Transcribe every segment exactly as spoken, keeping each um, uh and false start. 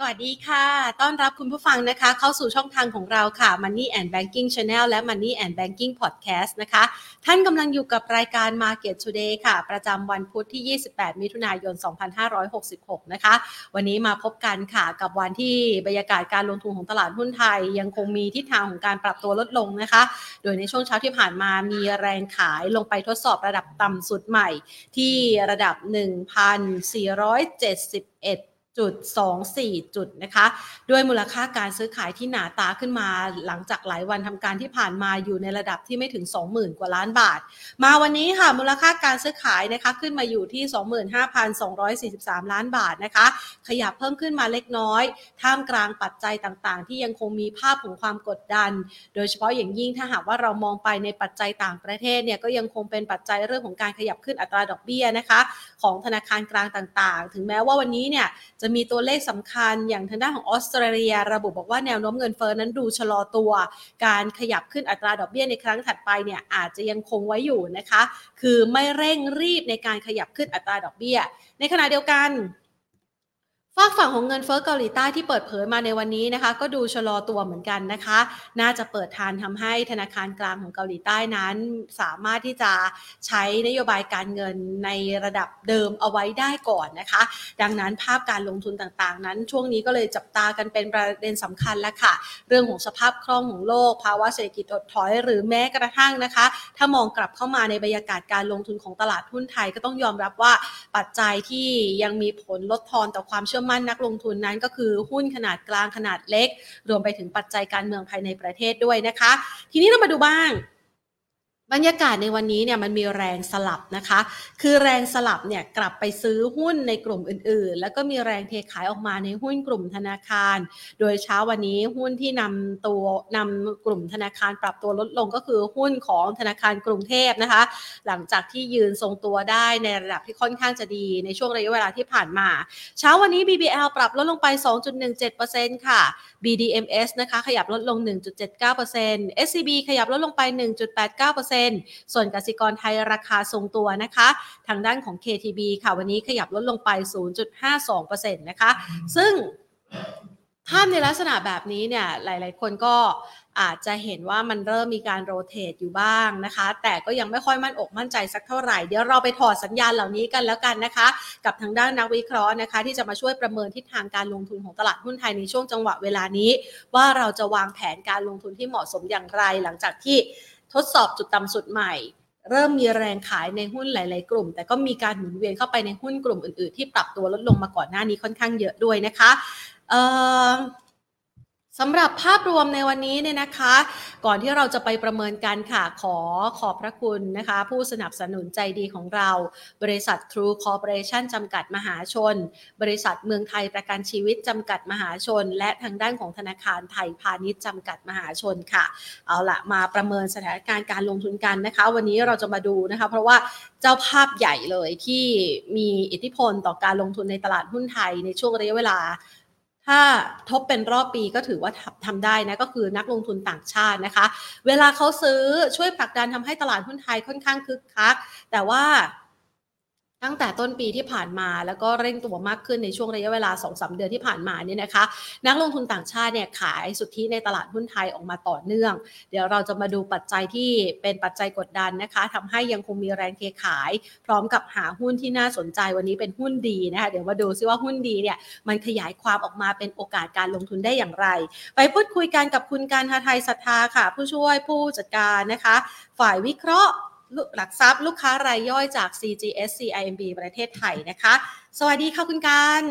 วัสดีค่ะต้อนรับคุณผู้ฟังนะคะเข้าสู่ช่องทางของเราค่ะ Money and Banking Channel และ Money and Banking Podcast นะคะท่านกำลังอยู่กับรายการ Market Today ค่ะประจำวันพุธที่ยี่สิบแปดมิถุนายนสองพันห้าร้อยหกสิบหกนะคะวันนี้มาพบกันค่ะกับวันที่บรรยากาศการลงทุนของตลาดหุ้นไทยยังคงมีทิศทางของการปรับตัวลดลงนะคะโดยในช่วงเช้าที่ผ่านมามีแรงขายลงไปทดสอบระดับต่ำสุดใหม่ที่ระดับ หนึ่งพันสี่ร้อยเจ็ดสิบเอ็ดจุดสองสี่ จุดนะคะด้วยมูลค่าการซื้อขายที่หนาตาขึ้นมาหลังจากหลายวันทำการที่ผ่านมาอยู่ในระดับที่ไม่ถึง สองหมื่น กว่าล้านบาทมาวันนี้ค่ะมูลค่าการซื้อขายนะคะขึ้นมาอยู่ที่ สองหมื่นห้าพันสองร้อยสี่สิบสาม ล้านบาทนะคะขยับเพิ่มขึ้นมาเล็กน้อยท่ามกลางปัจจัยต่างๆที่ยังคงมีภาพของความกดดันโดยเฉพาะอย่างยิ่งถ้าหากว่าเรามองไปในปัจจัยต่างประเทศเนี่ยก็ยังคงเป็นปัจจัยเรื่องของการขยับขึ้นอัตราดอกเบี้ยนะคะของธนาคารกลางต่างๆถึงแม้ว่าวันนี้เนี่ยจะมีตัวเลขสำคัญอย่างทางด้านของออสเตรเลียระบุบอกว่าแนวโน้มเงินเฟ้อนั้นดูชะลอตัวการขยับขึ้นอัตราดอกเบี้ยในครั้งถัดไปเนี่ยอาจจะยังคงไว้อยู่นะคะคือไม่เร่งรีบในการขยับขึ้นอัตราดอกเบี้ยในขณะเดียวกันฝากฝั่งของเงินเฟ้อเกาหลีใต้ที่เปิดเผยมาในวันนี้นะคะก็ดูชะลอตัวเหมือนกันนะคะน่าจะเปิดทางทำให้ธนาคารกลางของเกาหลีใต้นั้นสามารถที่จะใช้นโยบายการเงินในระดับเดิมเอาไว้ได้ก่อนนะคะดังนั้นภาพการลงทุนต่างๆนั้นช่วงนี้ก็เลยจับตากันเป็นประเด็นสำคัญแล้วค่ะเรื่องของสภาพคล่องของโลกภาวะเศรษฐกิจถดถอยหรือแม้กระทั่งนะคะถ้ามองกลับเข้ามาในบรรยากาศการลงทุนของตลาดหุ้นไทยก็ต้องยอมรับว่าปัจจัยที่ยังมีผลลดทอนต่อความเชื่อมั่นนักลงทุนนั้นก็คือหุ้นขนาดกลางขนาดเล็กรวมไปถึงปัจจัยการเมืองภายในประเทศด้วยนะคะทีนี้เรามาดูบ้างบรรยากาศในวันนี้เนี่ยมันมีแรงสลับนะคะคือแรงสลับเนี่ยกลับไปซื้อหุ้นในกลุ่มอื่นๆแล้วก็มีแรงเทขายออกมาในหุ้นกลุ่มธนาคารโดยเช้าวันนี้หุ้นที่นำตัวนำกลุ่มธนาคารปรับตัวลดลงก็คือหุ้นของธนาคารกรุงเทพนะคะหลังจากที่ยืนทรงตัวได้ในระดับที่ค่อนข้างจะดีในช่วงระยะเวลาที่ผ่านมาเช้าวันนี้ บี บี แอล ปรับลดลงไป สองจุดหนึ่งเจ็ดเปอร์เซ็นต์ ค่ะ บี ดี เอ็ม เอส นะคะขยับลดลง หนึ่งจุดเจ็ดเก้าเปอร์เซ็นต์ เอส ซี บี ขยับลดลงไป หนึ่งจุดแปดเก้าเปอร์เซ็นต์ ส่วนกสิกรไทยราคาทรงตัวนะคะทางด้านของ เค ที บี ค่ะวันนี้ขยับลดลงไป ศูนย์จุดห้าสองเปอร์เซ็นต์ นะคะซึ่งภาพในลักษณะแบบนี้เนี่ยหลายๆคนก็อาจจะเห็นว่ามันเริ่มมีการโรเตทอยู่บ้างนะคะแต่ก็ยังไม่ค่อยมั่นอกมั่นใจสักเท่าไหร่เดี๋ยวเราไปถอดสัญญาณเหล่านี้กันแล้วกันนะคะกับทางด้านนักวิเคราะห์นะคะที่จะมาช่วยประเมินทิศทางการลงทุนของตลาดหุ้นไทยในช่วงจังหวะเวลานี้ว่าเราจะวางแผนการลงทุนที่เหมาะสมอย่างไรหลังจากที่ทดสอบจุดต่ำสุดใหม่เริ่มมีแรงขายในหุ้นหลายๆกลุ่มแต่ก็มีการหมุนเวียนเข้าไปในหุ้นกลุ่มอื่นๆที่ปรับตัวลดลงมาก่อนหน้านี้ค่อนข้างเยอะด้วยนะคะเอ่อสำหรับภาพรวมในวันนี้เนี่ยนะคะก่อนที่เราจะไปประเมินกันค่ะขอขอบพระคุณนะคะผู้สนับสนุนใจดีของเราบริษัท True Corporation จำกัดมหาชนบริษัทเมืองไทยประกันชีวิตจำกัดมหาชนและทางด้านของธนาคารไทยพาณิชย์จำกัดมหาชนค่ะเอาละมาประเมินสถานการณ์การลงทุนกันนะคะวันนี้เราจะมาดูนะคะเพราะว่าเจ้าภาพใหญ่เลยที่มีอิทธิพลต่อการลงทุนในตลาดหุ้นไทยในช่วงระยะเวลาถ้าทบเป็นรอบปีก็ถือว่าทำได้นะก็คือนักลงทุนต่างชาตินะคะเวลาเขาซื้อช่วยผลักดันทำให้ตลาดหุ้นไทยค่อนข้างคึกคักแต่ว่าตั้งแต่ต้นปีที่ผ่านมาแล้วก็เร่งตัวมากขึ้นในช่วงระยะเวลา สองถึงสาม เดือนที่ผ่านมาเนี่ยนะคะนักลงทุนต่างชาติเนี่ยขายสุทธิในตลาดหุ้นไทยออกมาต่อเนื่องเดี๋ยวเราจะมาดูปัจจัยที่เป็นปัจจัยกดดันนะคะทำให้ยังคงมีแรงเทขายพร้อมกับหาหุ้นที่น่าสนใจวันนี้เป็นหุ้นดีนะคะเดี๋ยวมาดูซิว่าหุ้นดีเนี่ยมันขยายความออกมาเป็นโอกาสการลงทุนได้อย่างไรไปพูดคุยกันกับคุณการหาไทยศรัทธาค่ะผู้ช่วยผู้จัดการนะคะฝ่ายวิเคราะห์หลักทรัพย์ลูกค้ารายย่อยจาก ซี จี เอส ซี ไอ เอ็ม บี ประเทศไทยนะคะสวัสดีค่ะคุณการ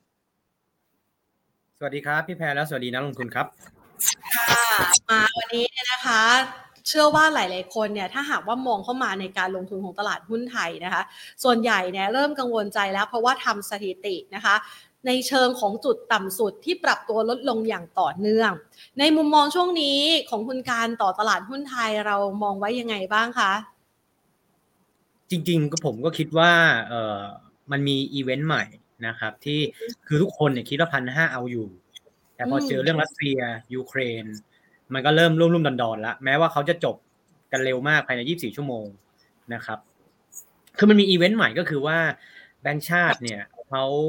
สวัสดีครับพี่แพรและสวัสดีนักลงทุนครับค่ะมาวันนี้เนี่ยนะคะเชื่อว่าหลายๆคนเนี่ยถ้าหากว่ามองเข้ามาในการลงทุนของตลาดหุ้นไทยนะคะส่วนใหญ่เนี่ยเริ่มกังวลใจแล้วเพราะว่าทำสถิตินะคะในเชิงของจุดต่ำสุดที่ปรับตัวลดลงอย่างต่อเนื่องในมุมมองช่วงนี้ของคุณการต่อตลาดหุ้นไทยเรามองไว้ยังไงบ้างคะจริงๆก็ผมก็คิดว่าเอ่อมันมีอีเวนต์ใหม่นะครับที่คือทุกคนเนี่ยคิดว่า หนึ่งพันห้าร้อย เอาอยู่แต่พอเจอเรื่องรัสเซียยูเครนมันก็เริ่มรุ่มๆดอนๆแล้วแม้ว่าเขาจะจบกันเร็วมากภายในยี่สิบสี่ชั่วโมงนะครับคือมันมีอีเวนต์ใหม่ก็คือว่าแบงก์ชาติเนี่ยเขา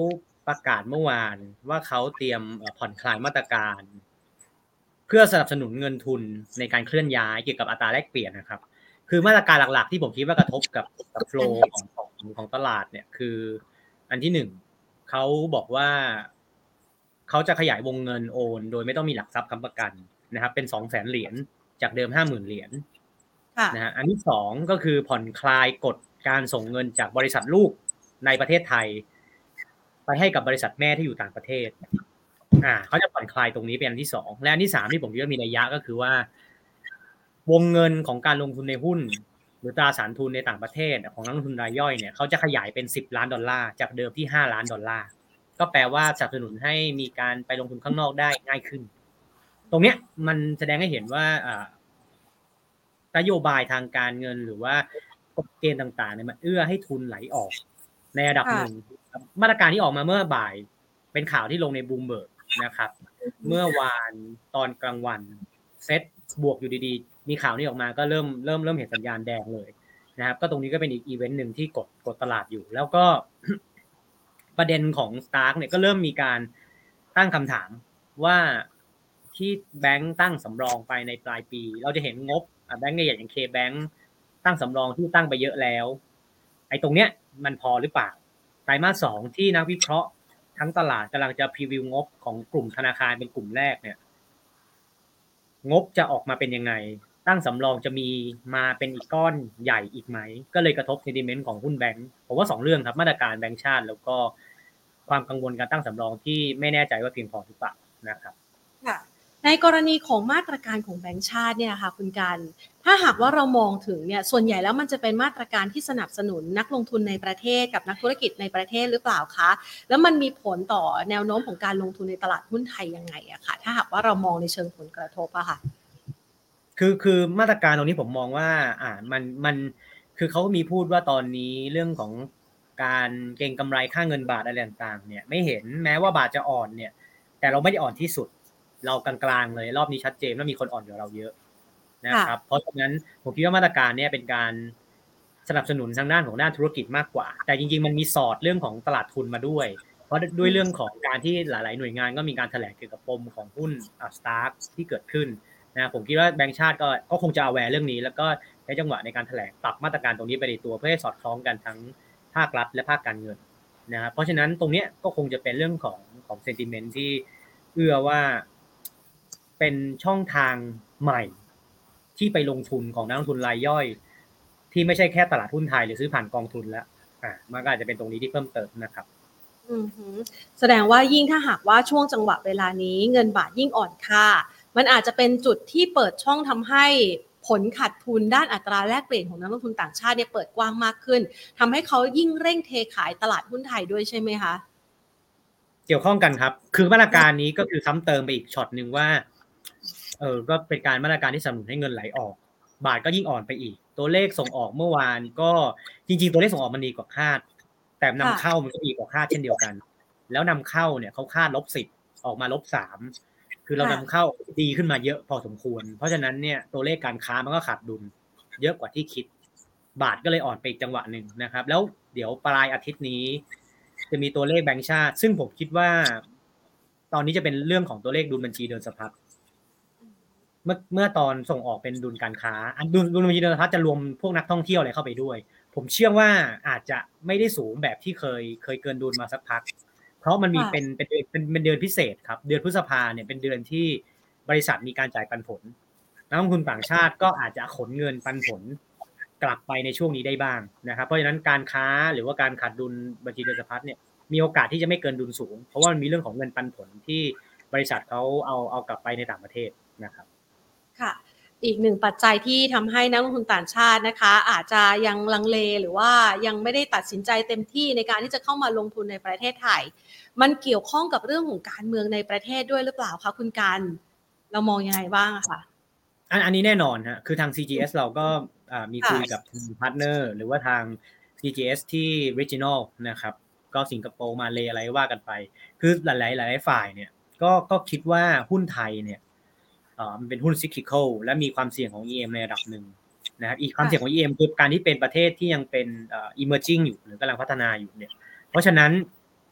ประกาศเมื่อวานว่าเขาเตรียมผ่อนคลายมาตรการเพื่อสนับสนุนเงินทุนในการเคลื่อนย้ายเกี่ยวกับอัตราแลกเปลี่ยนนะครับคือมาตรการหลักๆที่ผมคิดว่ากระทบกับกับโฟลว์ของของของตลาดเนี่ยคืออันที่หนึ่งเขาบอกว่าเขาจะขยายวงเงินโอนโดยไม่ต้องมีหลักทรัพย์ค้ำประกันนะครับเป็น สองแสน เหรียญจากเดิม ห้าหมื่น เหรียญนะฮะอันที่สองก็คือผ่อนคลายกฎการส่งเงินจากบริษัทลูกในประเทศไทยไปให้กับบริษัทแม่ที่อยู่ต่างประเทศอ่าเขาจะผ่อนคลายตรงนี้เป็นอันที่สองและอันที่สามที่ผมคิดว่ามีนัยยะก็คือว่าวงเงินของการลงทุนในหุ้นหรือตราสารทุนในต่างประเทศของนักลงทุนรายย่อยเนี่ยเขาจะขยายเป็นสิบล้านดอลลาร์จากเดิมที่ห้าล้านดอลลาร์ก็แปลว่าสนับสนุนให้มีการไปลงทุนข้างนอกได้ง่ายขึ้นตรงเนี้ยมันแสดงให้เห็นว่านโยบายทางการเงินหรือว่ากฎเกณฑ์ต่างๆเนี่ยมันเอื้อให้ทุนไหลออกในระดับหนึ่งมาตรการที่ออกมาเมื่อบ่ายเป็นข่าวที่ลงในบูมเบิร์กนะครับเมื่อวานตอนกลางวันเซ็ตบวกอยู่ดีๆมีข่าวนี้ออกมาก็เริ่มเริ่มเริ่มเห็นสัญญาณแดงเลยนะครับก็ตรงนี้ก็เป็นอีกอีเวนต์หนึ่งที่กดกดตลาดอยู่แล้วก็ ประเด็นของ Stark เนี่ยก็เริ่มมีการตั้งคำถามว่าที่แบงค์ตั้งสำรองไปในปลายปีเราจะเห็นงบแบงค์ใหญ่อย่าง K-Bank ตั้งสำรองที่ตั้งไปเยอะแล้วไอ้ตรงเนี้ยมันพอหรือเปล่าไตรมาสสองที่นักวิเคราะห์ทั้งตลาดกำลังจะพรีวิวงบของกลุ่มธนาคารเป็นกลุ่มแรกเนี่ยงบจะออกมาเป็นยังไงตั้งสำรองจะมีมาเป็นอีกก้อนใหญ่อีกไหมก็เลยกระทบเซนติเมนต์ของหุ้นแบงค์ผมว่าสองเรื่องครับมาตรการแบงก์ชาติแล้วก็ความกังวลการตั้งสำรองที่ไม่แน่ใจว่าเพียงพอหรือเปล่านะครับค่ะในกรณีของมาตรการของแบงก์ชาติเนี่ยค่ะคุณกันถ้าหากว่าเรามองถึงเนี่ยส่วนใหญ่แล้วมันจะเป็นมาตรการที่สนับสนุนนักลงทุนในประเทศกับนักธุรกิจในประเทศหรือเปล่าคะแล้วมันมีผลต่อแนวโน้มของการลงทุนในตลาดหุ้นไทยยังไงอะค่ะถ้าหากว่าเรามองในเชิงผลกระทบอะค่ะคือคือมาตรการตรงนี้ผมมองว่าอ่ามันมันคือเขามีพูดว่าตอนนี้เรื่องของการเก็งกำไรค่าเงินบาทอะไรต่างๆเนี่ยไม่เห็นแม้ว่าบาทจะอ่อนเนี่ยแต่เราไม่ได้อ่อนที่สุดเรากลางๆเลยรอบนี้ชัดเจนว่ามีคนอ่อนกว่าเราเยอะนะครับเพราะฉะนั้นผมคิดว่ามาตรการเนี่ยเป็นการสนับสนุนทางด้านของด้านธุรกิจมากกว่าแต่จริงๆมันมีสอดเรื่องของตลาดทุนมาด้วยเพราะด้วยเรื่องของการที่หลายๆหน่วยงานก็มีการแถลงเกี่ยวกับปมของหุ้นอ่า Stark ที่เกิดขึ้นนะผมคิดว่าแบงก์ชาติก็ก็คงจะเอาแวร์เรื่องนี้แล้วก็ใช้จังหวะในการแถลงปรับมาตรการตรงนี้ไปในตัวเพื่อให้สอดคล้องกันทั้งภาครัฐและภาคการเงินนะครับเพราะฉะนั้นตรงนี้ก็คงจะเป็นเรื่องของของเซนติเมนต์ที่เอื้อว่าเป็นช่องทางใหม่ที่ไปลงทุนของนักลงทุนรายย่อยที่ไม่ใช่แค่ตลาดหุ้นไทยหรือซื้อผ่านกองทุนแล้วอ่ามันก็อาจจะเป็นตรงนี้ที่เพิ่มเติมนะครับอือฮึแสดงว่ายิ่งถ้าหากว่าช่วงจังหวะเวลานี้เงินบาทยิ่งอ่อนค่ามันอาจจะเป็นจุดที่เปิดช่องทำให้ผลขาดทุนด้านอัตราแลกเปลี่ยนของนักลงทุนต่างชาติเนี่ยเปิดกว้างมากขึ้นทำให้เขายิ่งเร่งเทขายตลาดหุ้นไทยด้วยใช่ไหมคะเกี่ยวข้องกันครับคือมาตรการนี้ก็คือซ้ำเติมไปอีกช็อตนึงว่าเออก็เป็นการมาตรการที่สนับสนุนให้เงินไหลออกบาทก็ยิ่งอ่อนไปอีกตัวเลขส่งออกเมื่อวานก็จริงๆตัวเลขส่งออกมันดีกว่าคาดแต่นำเข้ามันก็ดีกว่าคาดเช่นเดียวกันแล้วนำเข้าเนี่ยเขาคาดลบสิบออกมาลบสามคือเรานำเข้าดีขึ้นมาเยอะพอสมควรเพราะฉะนั้นเนี่ยตัวเลขการค้ามันก็ขาดดุลเยอะกว่าที่คิดบาทก็เลยอ่อนไปอีกจังหวะหนึ่งนะครับแล้วเดี๋ยวปลายอาทิตย์นี้จะมีตัวเลขแบงก์ชาติซึ่งผมคิดว่าตอนนี้จะเป็นเรื่องของตัวเลขดุลบัญชีเดินสะพัดเมื่อเมื่อตอนส่งออกเป็นดุลการค้าดุลดุลบัญชีเดินสะพัดจะรวมพวกนักท่องเที่ยวอะไรเข้าไปด้วยผมเชื่อว่าอาจจะไม่ได้สูงแบบที่เคยเคยเกินดุลมาสักพักเพราะมันมีเป็นเป็นเป็นเป็นเดือนพิเศษครับเดือนพฤษภาเนี่ยเป็นเดือนที่บริษัทมีการจ่ายปันผลนักลงทุนต่างชาติก็อาจจะขนเงินปันผลกลับไปในช่วงนี้ได้บ้างนะครับเพราะฉะนั้นการค้าหรือว่าการขาดดุลบัญชีเดินสะพัดเนี่ยมีโอกาสที่จะไม่เกินดุลสูงเพราะว่ามันมีเรื่องของเงินปันผลที่บริษัทเขาเอาเอากลับไปในต่างประเทศนะครับค่ะอีกหนึ่งปัจจัยที่ทำให้นักลงทุนต่างชาตินะคะอาจจะยังลังเลหรือว่ายังไม่ได้ตัดสินใจเต็มที่ในการที่จะเข้ามาลงทุนในประเทศไทยมันเกี่ยวข้องกับเรื่องของการเมืองในประเทศด้วยหรือเปล่าคะคุณกันเรามองยังไงบ้างอะคะอันอันนี้แน่นอนฮะคือทาง ซี จี เอส เราก็มีคุยกับทางพาร์ทเนอร์หรือว่าทาง ซี จี เอส ที่ Regional นะครับก็สิงคโปร์มาเลอะไรว่ากันไปคือหลายๆหลายฝ่ายเนี่ยก็ก็คิดว่าหุ้นไทยเนี่ยเอ่อมันเป็นหุ้น cyclical และมีความเสี่ยงของ อี เอ็ม ในระดับหนึ่งนะครับอีกความเสี่ยงของ อี เอ็ม คือการที่เป็นประเทศที่ยังเป็นเอ่อ emerging อยู่หรือกำลังพัฒนาอยู่เนี่ยเพราะฉะนั้น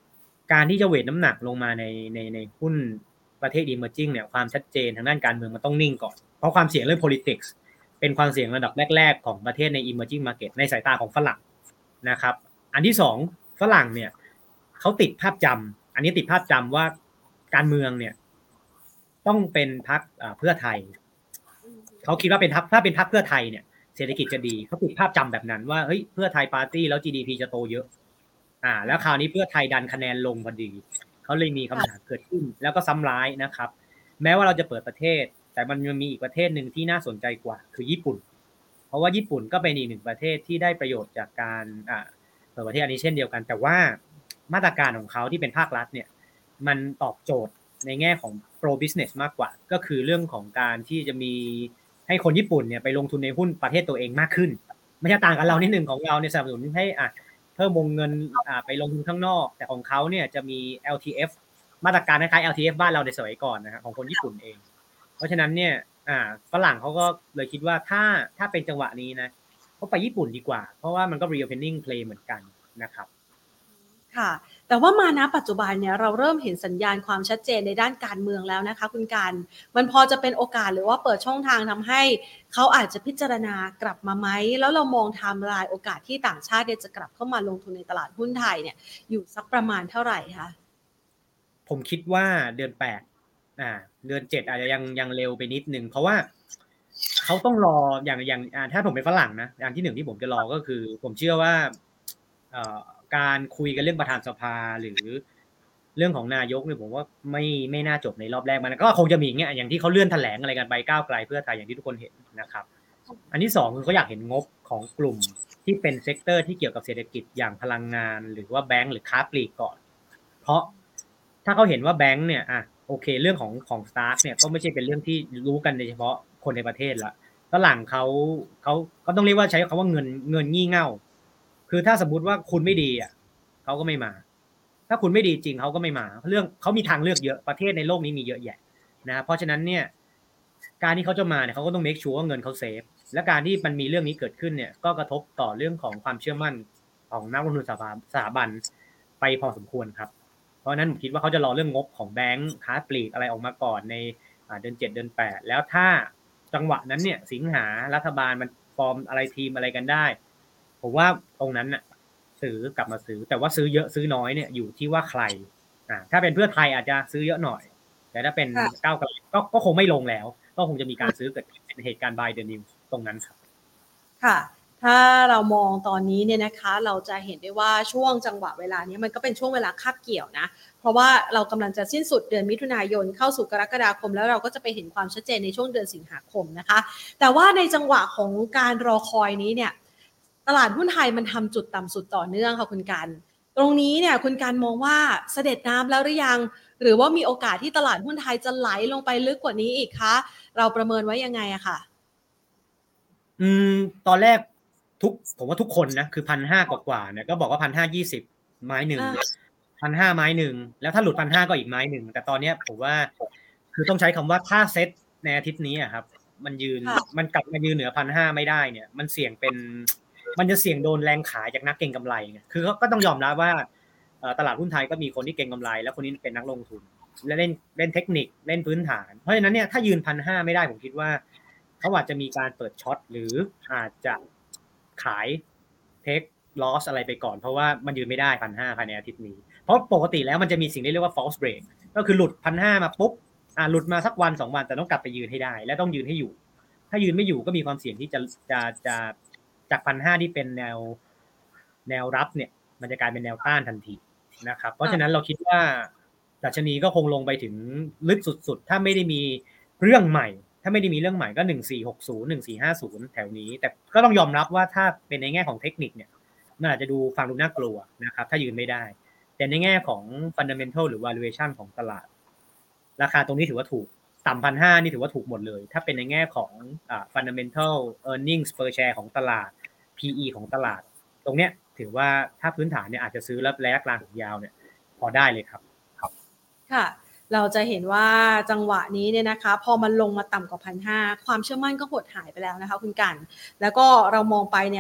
การที่จะเวทน้ำหนักลงมาในในในหุ้นประเทศ emerging เนี่ยความชัดเจนทางด้านการเมืองมันต้องนิ่งก่อนเพราะความเสี่ยงเรื่อง politics เป็นความเสี่ยงระดับแรกๆของประเทศใน emerging market ในสายตาของฝรั่งนะครับอันที่สองฝรั่งเนี่ยเขาติดภาพจำอันนี้ติดภาพจำว่าการเมืองเนี่ยต้องเป็นพรรคเพื่อไทยเขาคิดว่าเป็นพรรคถ้าเป็นพรรคเพื่อไทยเนี่ยเศรษฐกิจจะดีเขาติดภาพจำแบบนั้นว่าเฮ้ยเพื่อไทยปาร์ตี้แล้ว จี ดี พี จะโตเยอะอ่าแล้วคราวนี้เพื่อไทยดันคะแนนลงพอดีเขาเลยมีคำถามเกิดขึ้นแล้วก็ซ้ำร้ายนะครับแม้ว่าเราจะเปิดประเทศแต่มันยังมีอีกประเทศหนึ่งที่น่าสนใจกว่าคือญี่ปุ่นเพราะว่าญี่ปุ่นก็เป็นอีกหนึ่งประเทศที่ได้ประโยชน์จากการอ่าเปิดประเทศอันนี้เช่นเดียวกันแต่ว่ามาตรการของเขาที่เป็นภาครัฐเนี่ยมันตอบโจทย์ในแง่ของ pro business มากกว่าก็คือเรื่องของการที่จะมีให้คนญี่ปุ่นเนี่ยไปลงทุนในหุ้นประเทศตัวเองมากขึ้นไม่ใช่ต่างกับเรานิดนึงของเราเนี่ยสนับสนุนให้อ่ะเพิ่มวงเงินอ่าไปลงทุนข้างนอกแต่ของเขาเนี่ยจะมี แอล ที เอฟ มาตรการคล้ายๆ แอล ที เอฟ บ้านเราในสมัยก่อนนะครับของคนญี่ปุ่นเองเพราะฉะนั้นเนี่ยอ่าฝรั่งเขาก็เลยคิดว่าถ้าถ้าเป็นจังหวะนี้นะเขาไปญี่ปุ่นดีกว่าเพราะว่ามันก็ reopening play เหมือนกันนะครับค่ะแต่ว่ามาณปัจจุบันเนี่ยเราเริ่มเห็นสัญญาณความชัดเจนในด้านการเมืองแล้วนะคะคุณการมันพอจะเป็นโอกาสหรือว่าเปิดช่องทางทำให้เขาอาจจะพิจารณากลับมาไหมแล้วเรามองไทม์ไลน์โอกาสที่ต่างชาติจะกลับเข้ามาลงทุนในตลาดหุ้นไทยเนี่ยอยู่สักประมาณเท่าไหร่คะผมคิดว่าเดือนแปดอ่าเดือนเจ็ดอาจจะยังยังเร็วไปนิดนึงเพราะว่าเขาต้องรออย่างอย่างอ่าถ้าผมเป็นฝรั่งนะอย่างที่หนึ่งที่ผมจะรอก็คือผมเชื่อว่าเอ่อการคุยกันเรื่องประธานสภาหรือเรื่องของนายกเนี่ยผมว่าไม่ไม่น่าจบในรอบแรกมันก็คงจะมีอย่างเงี้ยอย่างที่เขาเลื่อนแถลงอะไรกันไปก้าวไกลเพื่อไทยอย่างที่ทุกคนเห็นนะครับอันที่สองคือเขาอยากเห็นงบของกลุ่มที่เป็นเซกเตอร์ที่เกี่ยวกับเศรษฐกิจอย่างพลังงานหรือว่าแบงก์หรือค้าปลีกก่อนเพราะถ้าเขาเห็นว่าแบงก์เนี่ยอ่ะโอเคเรื่องของของสตาร์ทเนี่ยก็ไม่ใช่เป็นเรื่องที่รู้กันโดยเฉพาะคนในประเทศละฝรั่งเขาเขาก็ต้องเรียกว่าใช้คำว่าเงินเงินงี่เง่าคือถ้าสมมุติว่าคุณไม่ดีอ่ะเขาก็ไม่มาถ้าคุณไม่ดีจริงเขาก็ไม่มาเรื่องเขามีทางเลือกเยอะประเทศในโลกนี้มีเยอะแยะนะเพราะฉะนั้นเนี่ยการที่เขาจะมาเนี่ยเขาก็ต้องเมคชัวร์ว่าเงินเขาเซฟและการที่มันมีเรื่องนี้เกิดขึ้นเนี่ยก็กระทบต่อเรื่องของความเชื่อมั่นของนักลงทุนสถาบันไปพอสมควรครับเพราะนั้นผมคิดว่าเขาจะรอเรื่องงบของแบงค์ค้าปลีกอะไรออกมาก่อนในเดือนเจ็ดเดือนแปดแล้วถ้าจังหวะนั้นเนี่ยสิงหารัฐบาลมันฟอร์มอะไรทีมอะไรกันได้ผมว่าตรงนั้นน่ะซื้อกลับมาซื้อแต่ว่าซื้อเยอะซื้อน้อยเนี่ยอยู่ที่ว่าใครอ่าถ้าเป็นเพื่อไทยอาจจะซื้อเยอะหน่อยแต่ถ้าเป็นก้าวไกลก็ก็คงไม่ลงแล้วก็คงจะมีการซื้อเกิดเป็นเหตุการณ์ buy the news ตรงนั้นครับค่ะถ้าเรามองตอนนี้เนี่ยนะคะเราจะเห็นได้ว่าช่วงจังหวะเวลานี้มันก็เป็นช่วงเวลาคาบเกี่ยวนะเพราะว่าเรากำลังจะสิ้นสุดเดือนมิถุนายนเข้าสู่กรกฎาคมแล้วเราก็จะไปเห็นความชัดเจนในช่วงเดือนสิงหาคมนะคะแต่ว่าในจังหวะของการรอคอยนี้เนี่ยตลาดหุ้นไทยมันทำจุดต่ำสุดต่อเนื่องค่ะคุณการตรงนี้เนี่ยคุณการมองว่าเสด็จน้ำแล้วหรือยังหรือว่ามีโอกาสที่ตลาดหุ้นไทยจะไหลลงไปลึกกว่านี้อีกคะเราประเมินไว้ยังไงอะค่ะอืมตอนแรกทุกผมว่าทุกคนนะคือพันห้ากว่าๆเนี่ยก็บอกว่าพันห้ายี่สิบไม้หนึ่งพันห้าไม้หนึ่งแล้วถ้าหลุดพันห้าก็อีกไม้หนึ่งแต่ตอนเนี้ยผมว่าคือต้องใช้คำว่าถ้าเซตในอาทิตย์นี้อะครับมันยืนมันกลับมายืนเหนือพันห้าไม่ได้เนี่ยมันเสี่ยงเป็นมันจะเสี่ยงโดนแรงขายจากนักเก็งกำไรไงคือก็ต้องยอมรับว่าตลาดหุ้นไทยก็มีคนที่เก็งกำไรแล้วคนนี้เป็นนักลงทุนและเล่นเล่นเทคนิคเล่นพื้นฐานเพราะฉะนั้นเนี่ยถ้ายืนพันห้าไม่ได้ผมคิดว่าเขาอาจจะมีการเปิดช็อตหรืออาจจะขายเทคลอสอะไรไปก่อนเพราะว่ามันยืนไม่ได้พันห้าภายในอาทิตย์นี้เพราะปกติแล้วมันจะมีสิ่งที่เรียกว่า false break ก็คือหลุดพันห้ามาปุ๊บอ่าหลุดมาสักวันสองวันแต่ต้องกลับไปยืนให้ได้และต้องยืนให้อยู่ถ้ายืนไม่อยู่ก็มีความเสี่ยงที่จะจะจะจากพันห้าที่เป็นแนวแนวรับเนี่ยมันจะกลายเป็นแนวต้านทันทีนะครับเพราะฉะนั้นเราคิดว่าดัชนีก็คงลงไปถึงลึกสุดๆถ้าไม่ได้มีเรื่องใหม่ถ้าไม่ได้มีเรื่องใหม่ก็หนึ่งสี่หกศูนย์ หนึ่งสี่ห้าศูนย์แถวนี้แต่ก็ต้องยอมรับว่าถ้าเป็นในแง่ของเทคนิคเนี่ยมันอาจจะดูฟังดูน่ากลัวนะครับถ้ายืนไม่ได้แต่ในแง่ของ fundamental หรือ valuation ของตลาดราคาตรงนี้ถือว่าถูกต่ำ หนึ่งพันห้าร้อย นี่ถือว่าถูกหมดเลยถ้าเป็นในแง่ของอ่า fundamental earnings per share ของตลาด พี อี ของตลาดตรงเนี้ยถือว่าถ้าพื้นฐานเนี่ยอาจจะซื้อแล้วระยะกลางถึงยาวเนี่ยพอได้เลยครับครับค่ะเราจะเห็นว่าจังหวะนี้เนี่ยนะคะพอมันลงมาต่ำกว่า หนึ่งพันห้าร้อย ความเชื่อมั่นก็หดหายไปแล้วนะคะคุณกันแล้วก็เรามองไปเนี่ย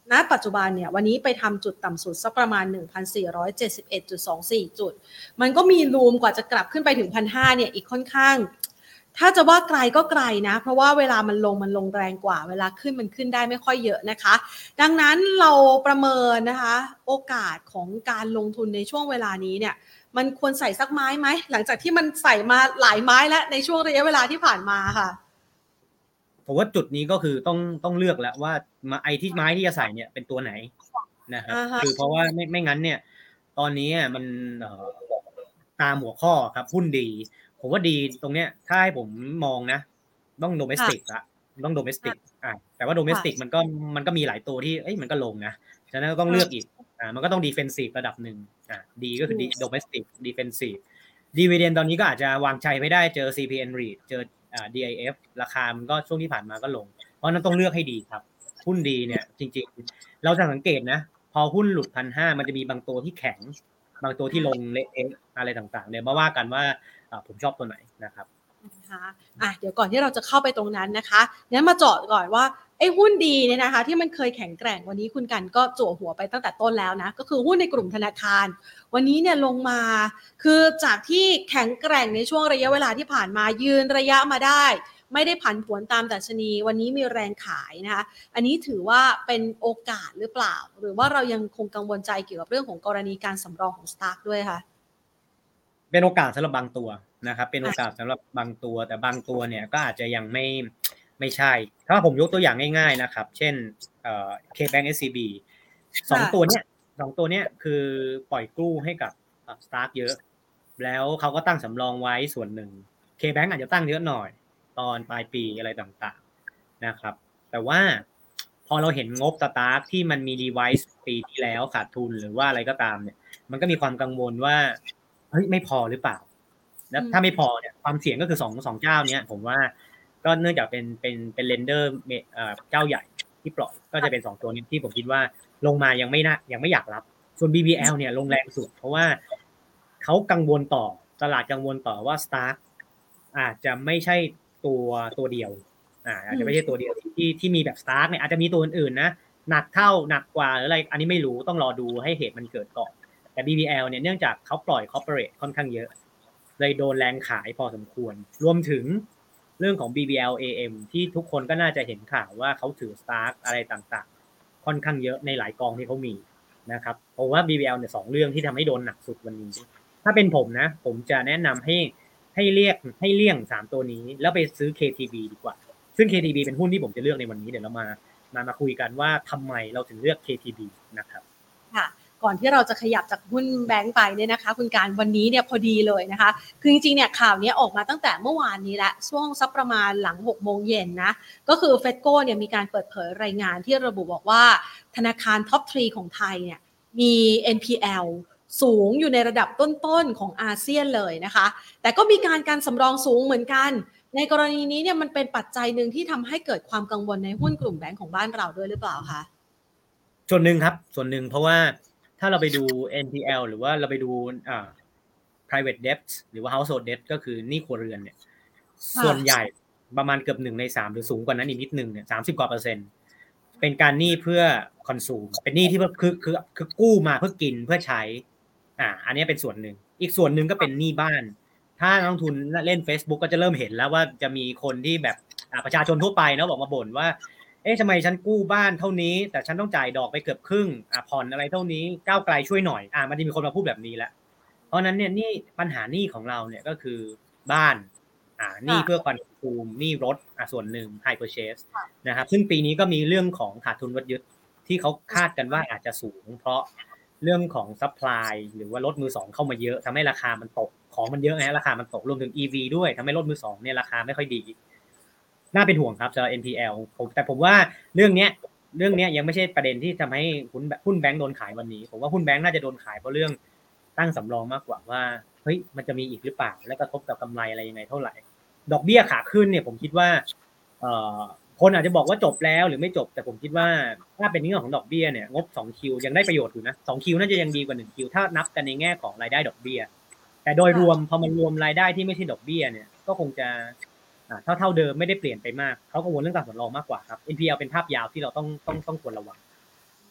ณปัจจุบันเนี่ยวันนี้ไปทำจุดต่ำสุดสักประมาณ หนึ่งพันสี่ร้อยเจ็ดสิบเอ็ดจุดสองสี่ จุดมันก็มีรูมกว่าจะกลับขึ้นไปถึง หนึ่งพันห้าร้อย เนี่ยอีกค่อนข้างถ้าจะว่าไกลก็ไกลนะเพราะว่าเวลามันลงมันลงแรงกว่าเวลาขึ้นมันขึ้นได้ไม่ค่อยเยอะนะคะดังนั้นเราประเมินนะคะโอกาสของการลงทุนในช่วงเวลานี้เนี่ยมันควรใส่สักไม้ไหมหลังจากที่มันใส่มาหลายไม้แล้วในช่วงระยะเวลาที่ผ่านมาค่ะผมว่าจุดนี้ก็คือต้องต้องเลือกแล้วว่ามาไอที่ไม้ที่จะใส่เนี่ยเป็นตัวไหนนะครับคือเพราะว่าไม่ไม่งั้นเนี่ยตอนนี้มันตามหัวข้อครับหุ้นดีผมว่าดีตรงเนี้ยถ้าให้ผมมองนะต้องโดเมสติกละต้องโดเมสติกอ่ะแต่ว่าโดเมสติกมันก็มันก็มีหลายตัวที่เอ้ยมันก็ลงนะฉะนั้นก็ต้องเลือกอีกอ่ามันก็ต้องดีเฟนซีฟระดับหนึ่งอ่าดีก็คือดีโดเมสติกดีเฟนซีฟดีวีเดนตอนนี้ก็อาจจะวางใจไม่ได้เจอ ซี พี เอ็น REIT เจออ่า ดี ไอ เอฟ ราคามันก็ช่วงที่ผ่านมาก็ลงเพราะนั้นต้องเลือกให้ดีครับหุ้นดีเนี่ยจริงๆเราจะสังเกตนะพอหุ้นหลุด หนึ่งพันห้าร้อย มันจะมีบางตัวที่แข็งบางตัวที่ลงเละเทะอะไรต่างๆเนี่ยมาว่ากันว่าผมชอบตัวไหนนะครับนะคะอ่ะเดี๋ยวก่อนที่เราจะเข้าไปตรงนั้นนะคะงั้นมาเจาะก่อนว่าไอ้หุ้นดีเนี่ยนะคะที่มันเคยแข็งแกร่งวันนี้คุณกันก็จั่วหัวไปตั้งแต่ต้นแล้วนะก็คือหุ้นในกลุ่มธนาคารวันนี้เนี่ยลงมาคือจากที่แข็งแกร่งในช่วงระยะเวลาที่ผ่านมายืนระยะมาได้ไม่ได้ผันผวนตามดัชนีวันนี้มีแรงขายนะคะอันนี้ถือว่าเป็นโอกาสหรือเปล่าหรือว่าเรายังคงกังวลใจเกี่ยวกับเรื่องของกรณีการสำรองของสตาร์กด้วยค่ะเป็นโอกาสสำหรับบางตัวนะครับเป็นโอกาสสำหรับบางตัวแต่บางตัวเนี่ยก็อาจจะยังไม่ไม่ใช่ถ้าผมยกตัวอย่างง่ายๆนะครับเช่นเอ่อ K-Bank เอส ซี บี สองตัวเนี้ยสองตัวเนี้ยคือปล่อยกู้ให้กับสตาร์กเยอะแล้วเขาก็ตั้งสำรองไว้ส่วนหนึ่ง K-Bank อาจจะตั้งเยอะหน่อยตอนปลายปีอะไรต่างๆนะครับแต่ว่าพอเราเห็นงบสตาร์กที่มันมี device ปีที่แล้วขาดทุนหรือว่าอะไรก็ตามเนี่ยมันก็มีความกังวลว่าเฮ้ยไม่พอหรือเปล่าแล้วถ้าไม่พอเนี่ยความเสี่ยงก็คือสอง สองเจ้าเนี้ยผมว่าก็เนื่องจากเป็นเป็นเป็นเลนเดอร์เอ่อเจ้าใหญ่ที่ปล่อยก็จะเป็นสองตัวนี้ที่ผมคิดว่าลงมายังไม่น่ายังไม่อยากรับส่วน บี บี แอล เนี่ยลงแรงสุดเพราะว่าเขากังวลต่อตลาดกังวลต่อว่า Stark อาจจะไม่ใช่ตัวตัวเดียวอ่าอาจจะไม่ใช่ตัวเดียวที่ที่มีแบบ Stark เนี่ยอาจจะมีตัวอื่นๆนะหนักเท่าหนักกว่าหรืออะไรอันนี้ไม่รู้ต้องรอดูให้เหตุมันเกิดก่อนแต่ บี บี แอล เนี่ยเนื่องจากเขาปล่อย corporate ค่อนข้างเยอะเลยโดนแรงขายพอสมควรรวมถึงเรื่องของ บี บี แอล เอ เอ็ม ที่ทุกคนก็น่าจะเห็นข่าวว่าเขาถือ Stark อะไรต่างๆค่อนข้างเยอะในหลายกองที่เขามีนะครับผมว่า บี บี แอล เนี่ยสองเรื่องที่ทำให้โดนหนักสุดวันนี้ถ้าเป็นผมนะผมจะแนะนำให้ให้เรียกให้เลี่ยงสามตัวนี้แล้วไปซื้อ เค ที บี ดีกว่าซึ่ง เค ที บี เป็นหุ้นที่ผมจะเลือกในวันนี้เดี๋ยวเรามามามาคุยกันว่าทำไมเราถึงเลือก เค ที บี นะครับค่ะก่อนที่เราจะขยับจากหุ้นแบงก์ไปเนี่ยนะคะคุณการวันนี้เนี่ยพอดีเลยนะคะคือจริงๆเนี่ยข่าวนี้ออกมาตั้งแต่เมื่อวานนี้แหละช่วงสักประมาณหลังหกโมงเย็นนะก็คือเฟดโก้เนี่ยมีการเปิดเผยรายงานที่ระบุบอกว่าธนาคารท็อปสามของไทยเนี่ยมี เอ็น พี แอล สูงอยู่ในระดับต้นๆของอาเซียนเลยนะคะแต่ก็มีการการสำรองสูงเหมือนกันในกรณีนี้เนี่ยมันเป็นปัจจัยหนึ่งที่ทำให้เกิดความกังวลในหุ้นกลุ่มแบงก์ของบ้านเราด้วยหรือเปล่าคะส่วนหนึ่งครับส่วนหนึ่งเพราะว่าถ้าเราไปดู เอ็น พี แอล หรือว่าเราไปดูอ่า private debt หรือว่า household debt ก็คือหนี้ครัวเรือนเนี่ยส่วนใหญ่ประมาณเกือบหนึ่งในสามหรือสูงกว่านั้นอีกนิดนึงเนี่ยสามสิบกว่าเปอร์เซ็นต์เป็นการหนี้เพื่อคอนซูมเป็นหนี้ที่คือคือคือกู้มาเพื่อกินเพื่อใช้อ่าอันนี้เป็นส่วนหนึ่งอีกส่วนหนึ่งก็เป็นหนี้บ้านถ้านักลงทุนเล่น Facebook ก็จะเริ่มเห็นแล้วว่าจะมีคนที่แบบประชาชนทั่วไปนะบอกมาบ่นว่าเอ๊ะทำไมฉันกู้บ้านเท่านี้แต่ฉันต้องจ่ายดอกไปเกือบครึ่งอ่ะผ่อนอะไรเท่านี้ก้าวไกลช่วยหน่อยอ่ะมันจะมีคนมาพูดแบบนี้แหละเพราะนั้นเนี่ยนี่ปัญหาหนี้ของเราเนี่ยก็คือบ้านอ่าหนี้เพื่อคอนซูมหนี้รถอ่ะส่วนหนึ่ง high purchase นะครับซึ่งปีนี้ก็มีเรื่องของขาดทุนรถยึดที่เขาคาดกันว่าอาจจะสูงเพราะเรื่องของ supply หรือว่ารถมือสองเข้ามาเยอะทำให้ราคามันตกของมันเยอะไงราคามันตกรวมถึง อี วี ด้วยทำให้รถมือสองเนี่ยราคาไม่ค่อยดีน่าเป็นห่วงครับสำหรับ เอ็น พี แอล ผมแต่ผมว่าเรื่องเนี้ยเรื่องเนี้ยยังไม่ใช่ประเด็นที่ทำให้หุ้นหุ้นแบงก์โดนขายวันนี้ผมว่าหุ้นแบงก์น่าจะโดนขายเพราะเรื่องตั้งสำรองมากกว่าว่าเฮ้ยมันจะมีอีกหรือเปล่าและกระทบกับกำไรอะไรยังไงเท่าไหร่ดอกเบี้ยขาขึ้นเนี่ยผมคิดว่าเอ่อคนอาจจะบอกว่าจบแล้วหรือไม่จบแต่ผมคิดว่าถ้าเป็นเรื่องของดอกเบี้ยเนี่ยงบ สอง คิวยังได้ประโยชน์อยู่นะสองคิวน่าจะยังดีกว่าหนึ่งคิวถ้านับกันในแง่ของรายได้ดอกเบี้ยแต่โดยรวมพอมันรวมรายได้ที่ไม่ใช่ดอกเบี้ยเนี่ยก็คงจะเท่าเท่าเดิมไม่ได้เปลี่ยนไปมากเขากังวลเรื่องการสำรองมากกว่าครับ เอ็น พี แอล เป็นภาพยาวที่เราต้องต้องต้องควรระวัง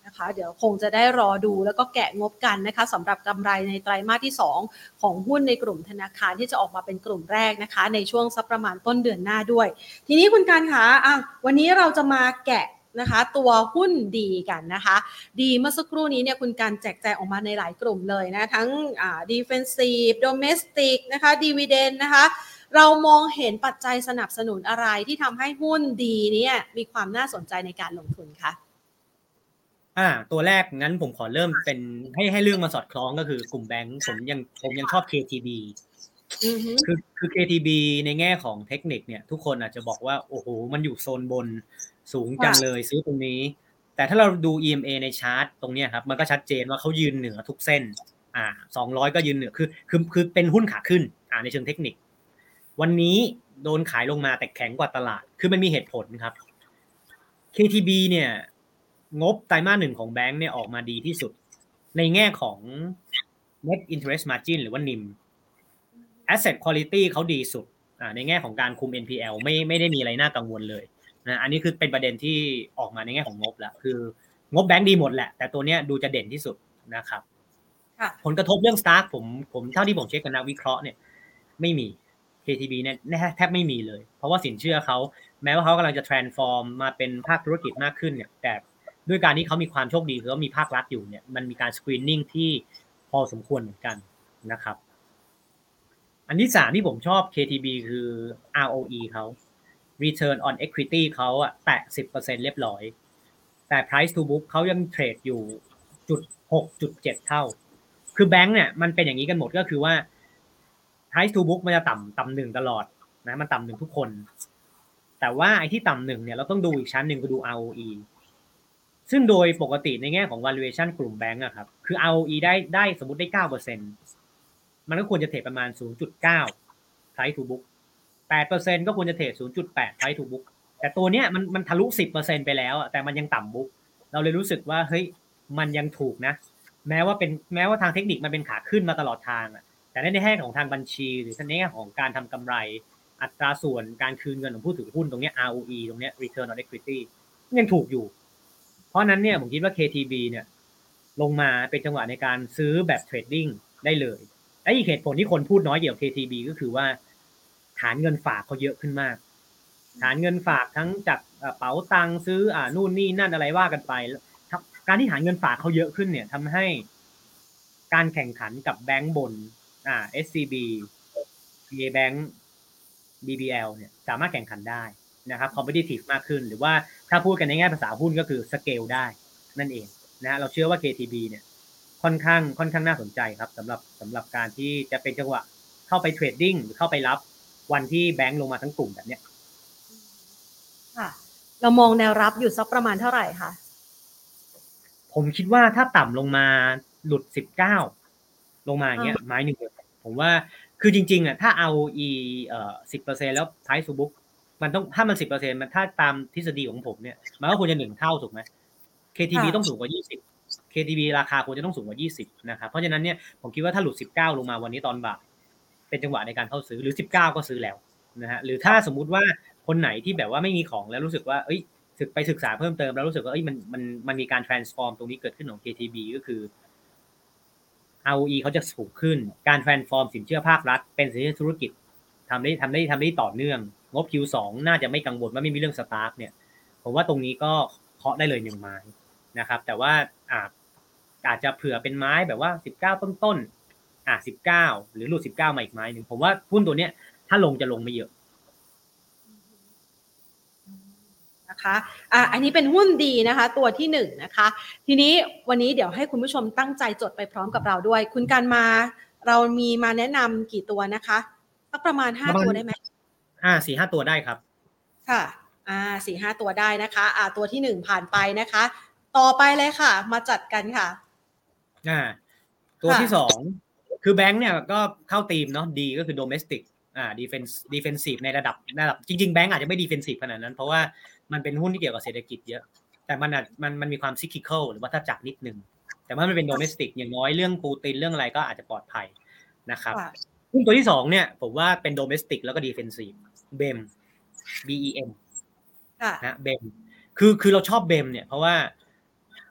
นะคะเดี๋ยวคงจะได้รอดูแล้วก็แกะงบกันนะคะสำหรับกำไรในไตรมาสที่สองของหุ้นในกลุ่มธนาคารที่จะออกมาเป็นกลุ่มแรกนะคะในช่วงสักประมาณต้นเดือนหน้าด้วยทีนี้คุณการคะอ่ะวันนี้เราจะมาแกะนะคะตัวหุ้นดีกันนะคะดีเมื่อสักครู่นี้เนี่ยคุณการแจกแจงออกมาในหลายกลุ่มเลยนะทั้งอ่า defensive domestic นะคะ dividend นะคะเรามองเห็นปัจจัยสนับสนุนอะไรที่ทำให้หุ้นดีเนี่ยมีความน่าสนใจในการลงทุนคะอ่าตัวแรกงั้นผมขอเริ่มเป็นให้ให้เรื่องมาสอดคล้องก็คือกลุ่มแบงก์ผมยังผมยังชอบ เค ที บี คือคือ เค ที บี ในแง่ของเทคนิคเนี่ยทุกคนอาจจะบอกว่าโอ้โหมันอยู่โซนบนสูงจังเลยซื้อตรงนี้แต่ถ้าเราดู อี เอ็ม เอ ในชาร์ตตรงนี้ครับมันก็ชัดเจนว่าเขายืนเหนือทุกเส้นอ่าสองร้อยก็ยืนเหนือคือคือคือเป็นหุ้นขาขึ้นอ่าในเชิงเทคนิควันนี้โดนขายลงมาแต่แข็งกว่าตลาดคือมันมีเหตุผลครับ เค ที บี เนี่ยงบไตรมาสหนึ่งของแบงก์เนี่ยออกมาดีที่สุดในแง่ของ net interest margin หรือว่า เอ็น ไอ เอ็ม asset quality เขาดีสุดอ่าในแง่ของการคุม เอ็น พี แอล ไม่ไม่ได้มีอะไรน่ากังวลเลยนะอันนี้คือเป็นประเด็นที่ออกมาในแง่ของงบแล้วคืองบแบงก์ดีหมดแหละแต่ตัวเนี้ยดูจะเด่นที่สุดนะครับผลกระทบเรื่อง Stark ผมผมเท่าที่ผมเช็คกับนักวิเคราะห์เนี่ยไม่มี เค ที บี เนี่ยแทบไม่มีเลยเพราะว่าสินเชื่อเขาแม้ว่าเขากำลังจะ transform มาเป็นภาคธุรกิจมากขึ้นเนี่ยแต่ด้วยการที่เขามีความโชคดีคือเขามีภาครัฐอยู่เนี่ยมันมีการ screening ที่พอสมควรเหมือนกันนะครับอันที่สามที่ผมชอบ เค ที บี คือ อาร์ โอ อี เขา return on equity เขาอะแตะ สิบเปอร์เซ็นต์ เรียบร้อยแต่ price to book เขายังเทรดอยู่จุด หกจุดเจ็ด เท่าคือแบงค์เนี่ยมันเป็นอย่างนี้กันหมดก็คือว่า price to book มันจะต่ำต่ำหนึ่งตลอดนะมันต่ำหนึ่งทุกคนแต่ว่าไอ้ที่ต่ำหนึ่งเนี่ยเราต้องดูอีกชั้นหนึ่งคือดู อาร์ โอ อี ซึ่งโดยปกติในแง่ของ valuation กลุ่มแบงก์อะครับคือ อาร์ โอ อี ได้ได้สมมุติได้ เก้าเปอร์เซ็นต์ มันก็ควรจะเทรดประมาณ ศูนย์จุดเก้า price to book แปดเปอร์เซ็นต์ ก็ควรจะเทรด ศูนย์จุดแปด price to book แต่ตัวเนี้ยมันมันทะลุ สิบเปอร์เซ็นต์ ไปแล้วแต่มันยังต่ำบุ๊กเราเลยรู้สึกว่าเฮ้ยมันยังถูกนะแม้ว่าเป็นแม้ว่าทางเทคนิคมันเป็นขาขึ้นมาตลอดทางอะแต่ในแง่ของทางบัญชีหรือในแง่ของการทำกำไรอัตราส่วนการคืนเงินของผู้ถือหุ้นตรงนี้ อาร์ โอ อี ตรงนี้ return on equity ยังถูกอยู่เพราะนั้นเนี่ยผมคิดว่า เค ที บี เนี่ยลงมาเป็นจังหวะในการซื้อแบบเทรดดิ้งได้เลยและอีกเหตุผลที่คนพูดน้อยเกี่ยวกับ เค ที บี ก็คือว่าฐานเงินฝากเขาเยอะขึ้นมากฐานเงินฝากทั้งจากเป๋าตังค์ซื้ออ่านู่นนี่นั่นอะไรว่ากันไปการที่ฐานเงินฝากเขาเยอะขึ้นเนี่ยทำให้การแข่งขันกับแบงก์บนอ่า เอส ซี บี K-Bank บี บี แอล เนี่ยสามารถแข่งขันได้นะครับ competitive มากขึ้นหรือว่าถ้าพูดกันในแง่ภาษาหุ้นก็คือ scale ได้นั่นเองนะเราเชื่อว่า เค ที บี เนี่ยค่อนข้างค่อนข้างน่าสนใจครับสำหรับสำหรับการที่จะเป็นจังหวะเข้าไปเทรดดิ้งหรือเข้าไปรับวันที่แบงก์ลงมาทั้งกลุ่มแบบเนี้ยค่ะเรามองแนวรับอยู่สักประมาณเท่าไหร่คะผมคิดว่าถ้าต่ำลงมาหลุดสิบเก้าลงมาอย่างเงี้ยไม้หนึ่งผมว่าคือจริงๆอ่ะถ้า อาร์ โอ อี เอ่อ สิบเปอร์เซ็นต์ แล้ว price to book มันต้องถ้ามัน สิบเปอร์เซ็นต์ มันถ้าตามทฤษฎีของผมเนี่ยมันก็ควรจะหนึ่งเท่าถูกไหม เค ที บี ต้องสูงกว่ายี่สิบ เค ที บี ราคาควรจะต้องสูงกว่ายี่สิบนะครับเพราะฉะนั้นเนี่ยผมคิดว่าถ้าหลุดสิบเก้าลงมาวันนี้ตอนบ่ายเป็นจังหวะในการเข้าซื้อหรือสิบเก้าก็ซื้อแล้วนะฮะหรือถ้าสมมุติว่าคนไหนที่แบบว่าไม่มีของแล้วรู้สึกว่าเอ้ยศึกไปศึกษาเพิ่มเติมแล้วรู้สึกว่าเอ้ยมันมันมันมีการ transform ตรงนี้เกิดขึ้นของ เค ที บี ก็คือ อาร์ โอ อี เขาจะสูงขึ้นการ transform สินเชื่อภาครัฐเป็นสินเชื่อธุรกิจทำได้ทำได้ทำได้ต่อเนื่องงบ คิว สอง น่าจะไม่กังวลว่าไม่มีเรื่อง Stark เนี่ยผมว่าตรงนี้ก็เคาะได้เลยหนึ่งไม้นะครับแต่ว่าอาจอาจจะเผื่อเป็นไม้แบบว่าสิบเก้าต้นๆอ่ะสิบเก้าหรือหลุดสิบเก้ามาอีกไม้นึงผมว่าหุ้นตัวเนี้ยถ้าลงจะลงไม่เยอะนะคะอ่ะอันนี้เป็นหุ้นดีนะคะตัวที่หนึ่งนะคะทีนี้วันนี้เดี๋ยวให้คุณผู้ชมตั้งใจจดไปพร้อมกับเราด้วยคุณการมาเรามีมาแนะนำกี่ตัวนะคะสักประมาณห้าตัวได้ไหมอ่า สี่ห้า ตัวได้ครับค่ะอ่า สี่ ห้า ตัวได้นะคะอ่าตัวที่หนึ่งผ่านไปนะคะต่อไปเลยค่ะมาจัดกันค่ะอ่าตัวที่สองคือแบงค์เนี่ยก็เข้าธีมเนาะดีก็คือ domestic อ่า defense defensive ในระดับระดับจริงๆแบงค์อาจจะไม่ defensive ขนาดนั้นเพราะว่ามันเป็นหุ้นที่เกี่ยวกับเศรษฐกิจเยอะแต่มันอ่ะมันมันมีความ cyclical หรือว่าถ้าจักรนิดนึงแต่ว่ามันเป็น domestic อย่างน้อยเรื่องปูตินเรื่องอะไรก็อาจจะปลอดภัยนะครับหุ้นตัวที่สองเนี่ยผมว่าเป็น domestic แล้วก็ defensive เบม บี อี เอ็ม นะเบมคือคือเราชอบเบมเนี่ยเพราะว่า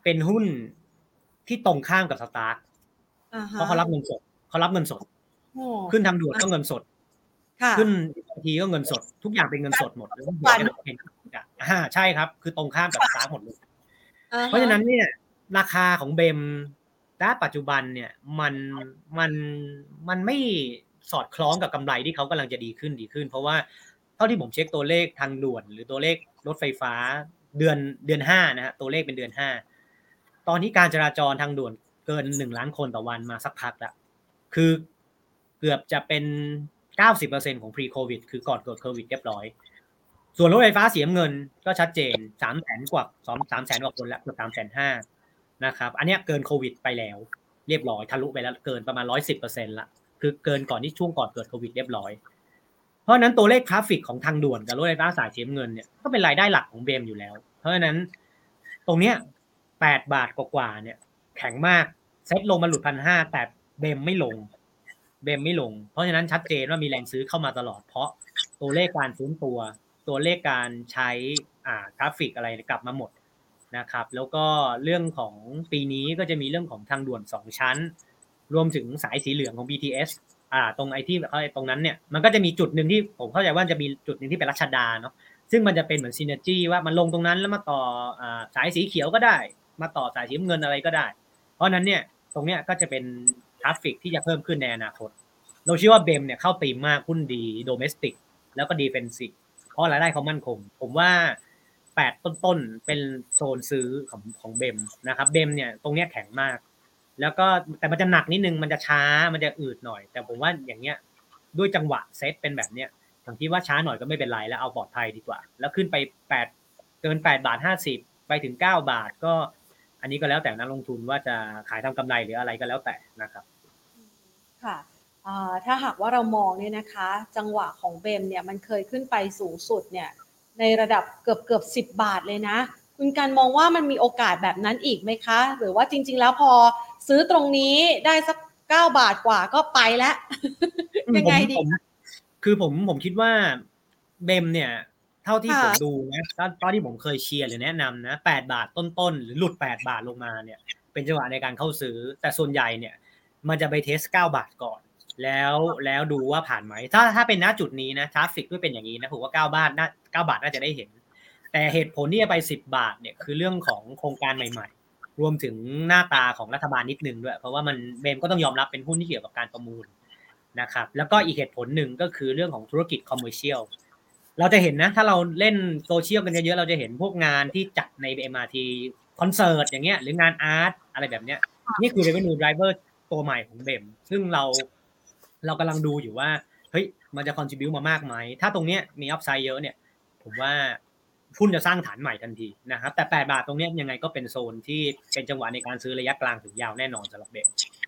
เป็นหุ้นที่ตรงข้ามกับสตาร์คเพราะเขารับเงินสดเขารับเงินสดขึ้นทางด่วนก็เงินสดขึ้นทีก็เงินสดทุกอย่างเป็นเงินสดหมดแล้วบวกให้เห็นอ่าใช่ครับคือตรงข้ามกับสตาร์คหมดเลยเพราะฉะนั้นเนี่ยราคาของเบมณปัจจุบันเนี่ยมันมันมันไม่สอดคล้องกับกำไรที่เขากำลังจะดีขึ้นดีขึ้นเพราะว่าเท่าที่ผมเช็คตัวเลขทางด่วนหรือตัวเลขรถไฟฟ้าเดือนเดือนห้านะฮะตัวเลขเป็นเดือนห้าตอนที่การจราจรทางด่วนเกินหนึ่งล้านคนต่อวันมาสักพักแล้วคือเกือบจะเป็น เก้าสิบเปอร์เซ็นต์ ของ pre covid คือก่อนเกิดโควิดเรียบร้อยส่วนรถไฟฟ้าสีน้ำเงินก็ชัดเจน สามแสน กว่า สามแสน กว่าคนแล้วเกือบ สามแสนห้าหมื่น นะครับอันนี้เกินโควิดไปแล้วเรียบร้อยทะลุไปแล้วเกินประมาณ หนึ่งร้อยสิบเปอร์เซ็นต์ ละคือเกินก่อนที่ช่วงก่อนเกิดโควิดเรียบร้อยเพราะฉะนั้นตัวเลขทราฟฟิกของทางด่วนกับรถไฟฟ้าสายสีน้ำเงินเนี่ยก็เป็นรายได้หลักของเบมอยู่แล้วเพราะฉะนั้นตรงเนี้ยแปดบาทกว่าๆเนี่ยแข็งมากเซ็ตลงมาหลุด หนึ่งพันห้าร้อย แต่เบมไม่ลงเบมไม่ลงเพราะฉะนั้นชัดเจนว่ามีแรงซื้อเข้ามาตลอดเพราะตัวเลขการฟื้นตัวตัวเลขการใช้อ่าทราฟฟิกอะไรกลับมาหมดนะครับแล้วก็เรื่องของปีนี้ก็จะมีเรื่องของทางด่วนสองชั้นรวมถึงสายสีเหลืองของ บี ที เอส อ่าตรงไอ้ที่เขาตรงนั้นเนี่ยมันก็จะมีจุดหนึ่งที่ผมเข้าใจว่าจะมีจุดหนึ่งที่เป็นรัชดาเนาะซึ่งมันจะเป็นเหมือนซินเนอร์จี้ว่ามันลงตรงนั้นแล้วมาต่ออ่าสายสีเขียวก็ได้มาต่อสายสีน้ำเงินอะไรก็ได้เพราะนั้นเนี่ยตรงเนี้ยก็จะเป็นทราฟฟิกที่จะเพิ่มขึ้นในอนาคตเราเชื่อว่าเบมเนี่ยเข้าตีมมากหุ้นดีโดเมสติกแล้วก็ดีเฟนซีฟเพราะรายได้เขามั่นคงผมว่าแปดต้นๆเป็นโซนซื้อของของเบมนะครับเบมเนี่ยตรงเนี้ยแข็งมากแล้วก็แต่มันจะหนักนิดนึงมันจะช้ามันจะอืดหน่อยแต่ผมว่าอย่างเงี้ยด้วยจังหวะเซตเป็นแบบเนี้ยผมคิดว่าช้าหน่อยก็ไม่เป็นไรแล้วเอาปลอดภัยดีกว่าแล้วขึ้นไปแปดเกินแปดบาทห้าสิบไปถึงเก้าบาทก็อันนี้ก็แล้วแต่นักลงทุนว่าจะขายทำกำไรหรืออะไรก็แล้วแต่นะครับค่ะถ้าหากว่าเรามองเนี่ยนะคะจังหวะของเบมเนี่ยมันเคยขึ้นไปสูงสุดเนี่ยในระดับเกือบเกือบสิบบาทเลยนะคุณการมองว่ามันมีโอกาสแบบนั้นอีกไหมคะหรือว่าจริงๆแล้วพอซื้อตรงนี้ได้สักเก้าบาทกว่าก็ไปแล้วยังไงดีคือผมผมคิดว่าเบมเนี่ยเท่าที่ผมดูนะตอนที่ผมเคยเชียร์หรือแนะนำนะแปดบาทต้นๆหรือหลุดแปดบาทลงมาเนี่ยเป็นจังหวะในการเข้าซื้อแต่ส่วนใหญ่เนี่ยมันจะไปเทสเก้าบาทก่อนแล้วแล้วดูว่าผ่านไหมถ้าถ้าเป็นณจุดนี้นะทราฟฟิกด้วยเป็นอย่างนี้นะผมว่าเก้าบาทน่าเก้าบาทน่าจะได้เห็นแต่เหตุผลที่จะไปสิบบาทเนี่ยคือเรื่องของโครงการใหม่ๆรวมถึงหน้าตาของรัฐบาลนิดนึงด้วยเพราะว่ามันเบมก็ต้องยอมรับเป็นหุ้นที่เกี่ยวกับการประมูลนะครับแล้วก็อีกเหตุผลหนึ่งก็คือเรื่องของธุรกิจคอมเมอร์เชียลเราจะเห็นนะถ้าเราเล่นโซเชียลกันเยอะๆเราจะเห็นพวกงานที่จัดใน เอ็ม อาร์ ที คอนเสิร์ตอย่างเงี้ยหรืองานอาร์ตอะไรแบบเนี้ยนี่คือ revenue driver ตัวใหม่ของเบมซึ่งเราเรากำลังดูอยู่ว่าเฮ้ยมันจะ contribute มามากไหมถ้าตรงเนี้ยมี upside เยอะเนี่ยผมว่าหุ้นจะสร้างฐานใหม่ทันทีนะครับแต่แปดบาทตรงเนี้ยยังไงก็เป็นโซนที่เป็นจังหวะในการซื้อระยะกลางถึงยาวแน่นอนสำหรับเบม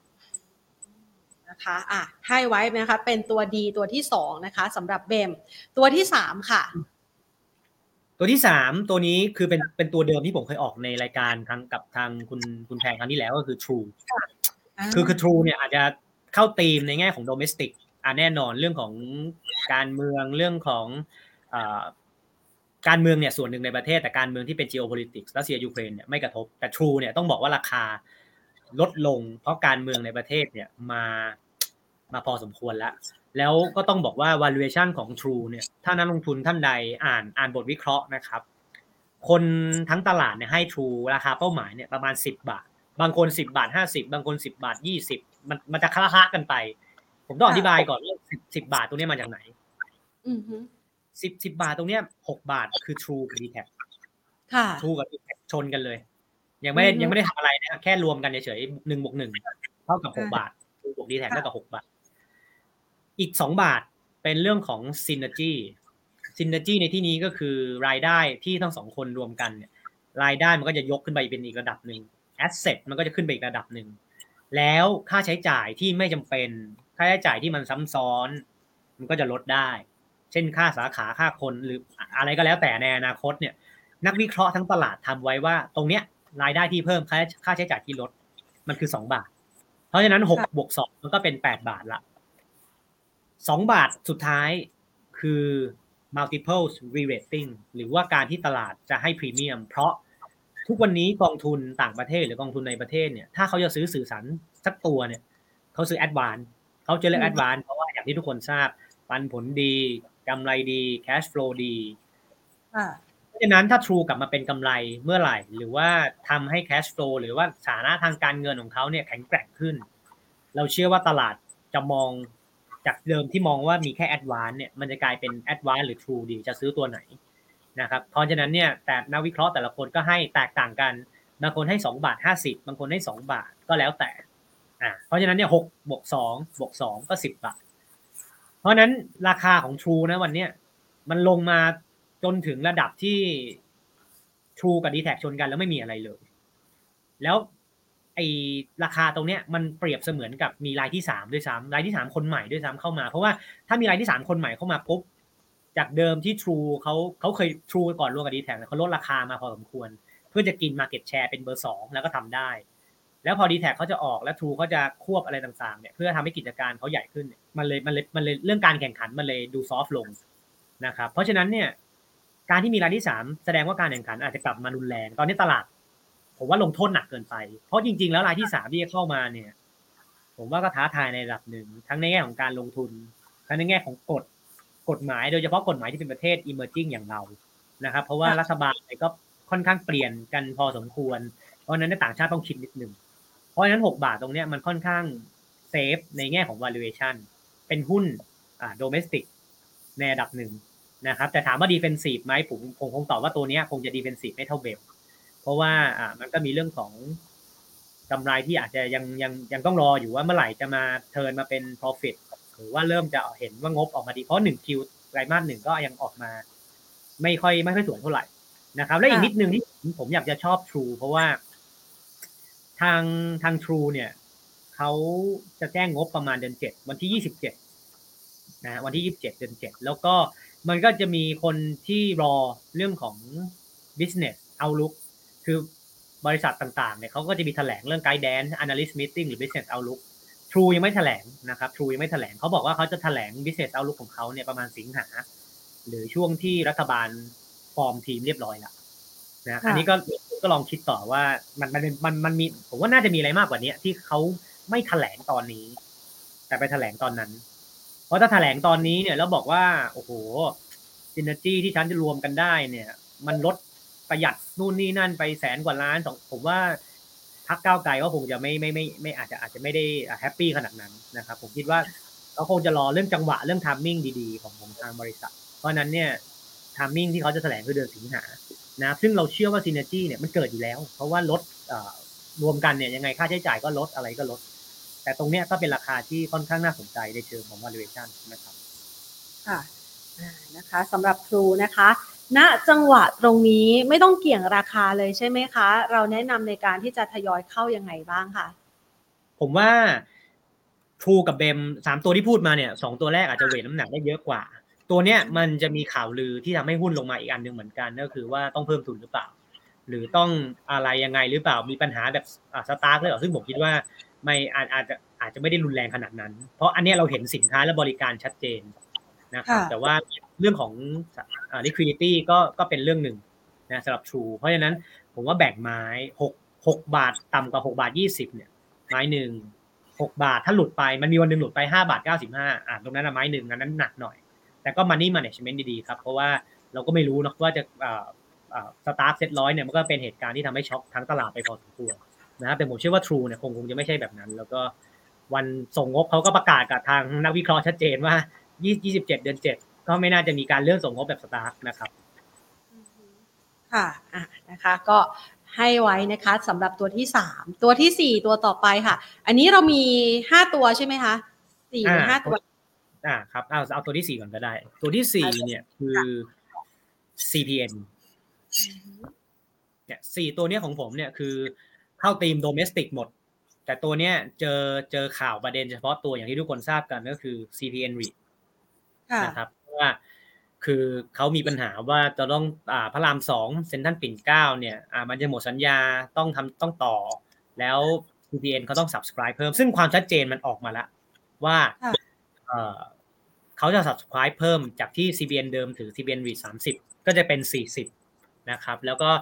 นะคะอ่ะให้ไว้นะคะเป็นตัวดีตัวที่สองนะคะสำหรับเบมตัวที่สามค่ะตัวที่สามตัวนี้คือเป็นเป็นตัวเดิมที่ผมเคยออกในรายการทางกับทางคุณคุณแพงครั้งที่แล้วก็คือ True คือคือ True เนี่ยอาจจะเข้าธีมในแง่ของ domestic อ่ะแน่นอนเรื่องของการเมืองเรื่องของอ่าการเมืองเนี่ยส่วนหนึ่งในประเทศแต่การเมืองที่เป็น geopolitics รัสเซียยูเครนเนี่ยไม่กระทบแต่ True เนี่ยต้องบอกว่าราคาลดลงเพราะการเมืองในประเทศเนี่ยมามาพอสมควรแล้วแล้วก็ต้องบอกว่า valuation ของ True เนี่ยถ้านักลงทุนท่านใดอ่านอ่านบทวิเคราะห์นะครับคนทั้งตลาดเนี่ยให้ True ราคาเป้าหมายเนี่ยประมาณสิบบาทบางคนสิบบาทห้าสิบบางคนสิบบาทยี่สิบมันมันจะคละๆกันไปผมต้องอธิบายก่อนว่าสิบบาทตรงนี้มาจากไหนอือฮึสิบ สิบบาทตรงเนี้ยหกบาทคือ True กับ ดี แท็กค่ะ True กับ ดี แท็ก ชนกันเลยยังไม่ได้ยังไม่ได้ทำอะไรนะแค่รวมกันเฉยๆหนึ่งบวกหนึ่งเท่ากับหกบาท True บวก ดี แท็ก เท่ากับหกบาทอีกสองบาทเป็นเรื่องของ synergy synergy ในที่นี้ก็คือรายได้ที่ทั้งสองคนรวมกันเนี่ยรายได้มันก็จะยกขึ้นไปเป็นอีกระดับนึง asset มันก็จะขึ้นไปอีกระดับนึงแล้วค่าใช้จ่ายที่ไม่จำเป็นค่าใช้จ่ายที่มันซ้ำซ้อนมันก็จะลดได้เช่นค่าสาขาค่าคนหรืออะไรก็แล้วแต่ในอนาคตเนี่ยนักวิเคราะห์ทั้งตลาดทำไว้ว่าตรงเนี้ยรายได้ที่เพิ่มค่าค่าใช้จ่ายที่ลดมันคือสองบาทเพราะฉะนั้นหกบวกสองมันก็เป็นแปดบาทละสองบาทสุดท้ายคือ multiple re-rating หรือว่าการที่ตลาดจะให้พรีเมียมเพราะทุกวันนี้กองทุนต่างประเทศหรือกองทุนในประเทศเนี่ยถ้าเขาจะซื้อสื่อสารสักตัวเนี่ยเขาซื้อแอดวานซ์เขาจะเลือกแอดวานซ์เพราะว่าอย่างที่ทุกคนทราบปันผลดีกำไรดีแคชฟลูดีเพราะฉะนั้นถ้า True กลับมาเป็นกำไรเมื่อไหร่หรือว่าทำให้แคชฟลูหรือว่าฐานะทางการเงินของเขาเนี่ยแข็งแกร่งขึ้นเราเชื่อว่าตลาดจะมองจากเดิมที่มองว่ามีแค่แอดวานซ์เนี่ยมันจะกลายเป็นแอดวานซ์หรือ True ดีจะซื้อตัวไหนนะครับเพราะฉะนั้นเนี่ยแต่นักวิเคราะห์แต่ละคนก็ให้แตกต่างกันบางคนให้สองบาทห้าสิบบางคนให้สองบาทก็แล้วแต่อ่าเพราะฉะนั้นเนี่ยหกบวกสองบวกสองก็สิบบาทเพราะฉะนั้นราคาของ True นะวันเนี้ยมันลงมาจนถึงระดับที่ True กับ ดี แท็ก ชนกันแล้วไม่มีอะไรเลยแล้วไอ้ราคาตรงเนี้ยมันเปรียบเสมือนกับมีรายที่สามด้วยซ้ำรายที่สามคนใหม่ด้วยซ้ำเข้ามาเพราะว่าถ้ามีรายที่สามคนใหม่เข้ามาปุ๊บจากเดิมที่ True เขาเขาเคย True ก่อนร่วมกับ ดี แท็ก เขาลดราคามาพอสมควรเพื่อจะกิน market share เป็นเบอร์สองแล้วก็ทำได้แล้วพอ ดี แท็ก เขาจะออกแล้ว True เขาจะควบอะไรต่างๆเนี่ยเพื่อทำให้กิจการเขาใหญ่ขึ้นมันเลยมันเลยมันเลยเรื่องการแข่งขันมันเลยดูซอฟต์ลงนะครับเพราะฉะนั้นเนี่ยการที่มีรายที่สามแสดงว่าการแข่งขันอาจจะกลับมารุนแรงตอนนี้ตลาดผมว่าลงโทษหนักเกินไปเพราะจริงๆแล้วรายที่สามที่จะเข้ามาเนี่ยผมว่าก็ท้าทายในระดับหนึ่งทั้งในแง่ของการลงทุนทั้งในแง่ของกฎกฎหมายโดยเฉพาะกฎหมายที่เป็นประเทศ emerging อย่างเรานะครับเพราะว่ารัฐบาลก็ค่อนข้างเปลี่ยนกันพอสมควรเพราะฉะนั้นในต่างชาติต้องคิดนิดนึงเพราะฉะนั้นหกบาทตรงนี้มันค่อนข้างเซฟในแง่ของ valuation เป็นหุ้นอ่า domestic ในระดับหนึ่งนะครับแต่ถามว่า defensive ไหมผมผมคงตอบว่าตัวนี้คงจะ defensive ไม่เท่าเบลเพราะว่าอ่ามันก็มีเรื่องของกำไรที่อาจจะยังยังยังต้องรออยู่ว่าเมื่อไหร่จะมาเทิร์นมาเป็น profit หรือว่าเริ่มจะเห็นว่างบออกมาดีเพราะหนึ่งคิวไตรมาสหนึ่งก็ยังออกมาไม่ค่อยไม่ค่อยสวยเท่าไหร่นะครับและอีกนิดนึงที่ผมอยากจะชอบ True เพราะว่าทางทาง True เนี่ยเขาจะแจ้งงบประมาณเดือนเจ็ดวันที่ยี่สิบเจ็ดนะวันที่ยี่สิบเจ็ดเดือนเจ็ดแล้วก็มันก็จะมีคนที่รอเรื่องของ business outlook คือบริษัทต่างๆเนี่ยเขาก็จะมีแถลงเรื่อง guidance analyst meeting หรือ business outlook True ยังไม่แถลงนะครับ True ยังไม่แถลงเขาบอกว่าเขาจะแถลง business outlook ของเขาเนี่ยประมาณสิงหาหรือช่วงที่รัฐบาลฟอร์มทีมเรียบร้อยแล้วนะอันนี้ก็ก็ลองคิดต่อว่ามันมันมันมันมีผมว่าน่าจะมีอะไรมากกว่านี้ที่เขาไม่แถลงตอนนี้แต่ไปแถลงตอนนั้นเพราะถ้าแถลงตอนนี้เนี่ยแล้วบอกว่าโอ้โห synergy ที่ฉันจะรวมกันได้เนี่ยมันลดประหยัดนู่นนี่นั่นไปแสนกว่าล้านสองผมว่าพรรคก้าวไกลก็คงจะไม่ไม่ไม่ไม่อาจจะอาจจะไม่ได้แฮปปี้ขนาดนั้นนะครับผมคิดว่าเขาคงจะรอเรื่องจังหวะเรื่องไทมิ่งดีๆของของทางบริษัทเพราะนั้นเนี่ยไทมิ่งที่เขาจะแถลงคือเดือนสิงหานะซึ่งเราเชื่อว่าซินเนอร์จี้เนี่ยมันเกิดอยู่แล้วเพราะว่าลดรวมกันเนี่ยยังไงค่าใช้จ่ายก็ลดอะไรก็ลดแต่ตรงเนี้ยก็เป็นราคาที่ค่อนข้างน่าสนใจในเชิงของ valuation นะครับค่ะนะคะสำหรับ True นะคะณจังหวะตรงนี้ไม่ต้องเกี่ยงราคาเลยใช่ไหมคะเราแนะนำในการที่จะทยอยเข้ายังไงบ้างคะผมว่า True กับ บี อี เอ็ม สามตัวที่พูดมาเนี่ยสองตัวแรกอาจจะเวทน้ำหนักได้เยอะกว่าตัวเนี้ยมันจะมีข่าวลือที่ทำให้หุ้นลงมาอีกอันนึงเหมือนกันก็คือว่าต้องเพิ่มทุนหรือเปล่าหรือต้องอะไรยังไงหรือเปล่ามีปัญหาแบบสตาร์กเลยเหรอซึ่งผมคิดว่าไม่อาจอาจจะอาจจะไม่ได้รุนแรงขนาดนั้นเพราะอันนี้เราเห็นสินค้าและบริการชัดเจนนะครับแต่ว่าเรื่องของ liquidity ก็ก็เป็นเรื่องหนึ่งนะสำหรับ True เพราะฉะนั้นผมว่าแบ่งไม้หก หกบาทต่ำกว่าหกบาทยี่สิบเนี่ยไม้นึงหกบาทถ้าหลุดไปมันมีวันนึงหลุดไปห้าบาทเก้าสิบห้าอ่ะตรงนั้นน่ะไม้นึงอันนั้นหนักหน่อยแต่ก็ money management ดีๆครับเพราะว่าเราก็ไม่รู้เนาะว่าจะอ่าอ่าสตาร์ทเซ็ตร้อยเนี่ยมันก็เป็นเหตุการณ์ที่ทำให้ช็อคทั้งตลาดไปพอสมควรนะครับแต่ผมเชื่อว่า True เนี่ยคงคงจะไม่ใช่แบบนั้นแล้วก็วันส่งงบเขาก็ประกาศกับทางนักวิเคราะห์ชัดเจนว่ายี่สิบเจ็ดเดือนเจ็ดก็ไม่น่าจะมีการเลื่อนส่งงบแบบสตาร์ทนะครับค่ะอ่ะนะคะก็ให้ไว้นะคะสำหรับตัวที่สามตัวที่สี่ตัวต่อไปค่ะอันนี้เรามีห้าตัวใช่ไหมคะสี่หรือห้าตัวอ่าครับเอาเอาตัวที่สี่ก่อนก็ได้ตัวที่สี่เนี่ยคือ ซี พี เอ็น เนี่ยสี่ตัวเนี้ยของผมเนี่ยคือเข้าธีมโดเมสติกหมดแต่ตัวเนี้ยเจอเจอข่าวประเด็นเฉพาะตัวอย่างที่ทุกคนทราบกันก็คือ ซี พี เอ็น รี นะครับเพราะว่าคือเขามีปัญหาว่าจะต้องอ่าพระรามสองเซ็นทรัลปิ่นเกล้าเนี่ยอ่ามันจะหมดสัญญาต้องทำต้องต่อแล้ว ซี พี เอ็น เขาต้อง subscribe เพิ่มซึ่งความชัดเจนมันออกมาแล้วว่าเอ่อเขาจะ subscribe เพิ่มจากที่ ซี พี เอ็น เดิมถือ ซี พี เอ็น รี สามสิบก็จะเป็นสี่สิบนะครับแล้วก็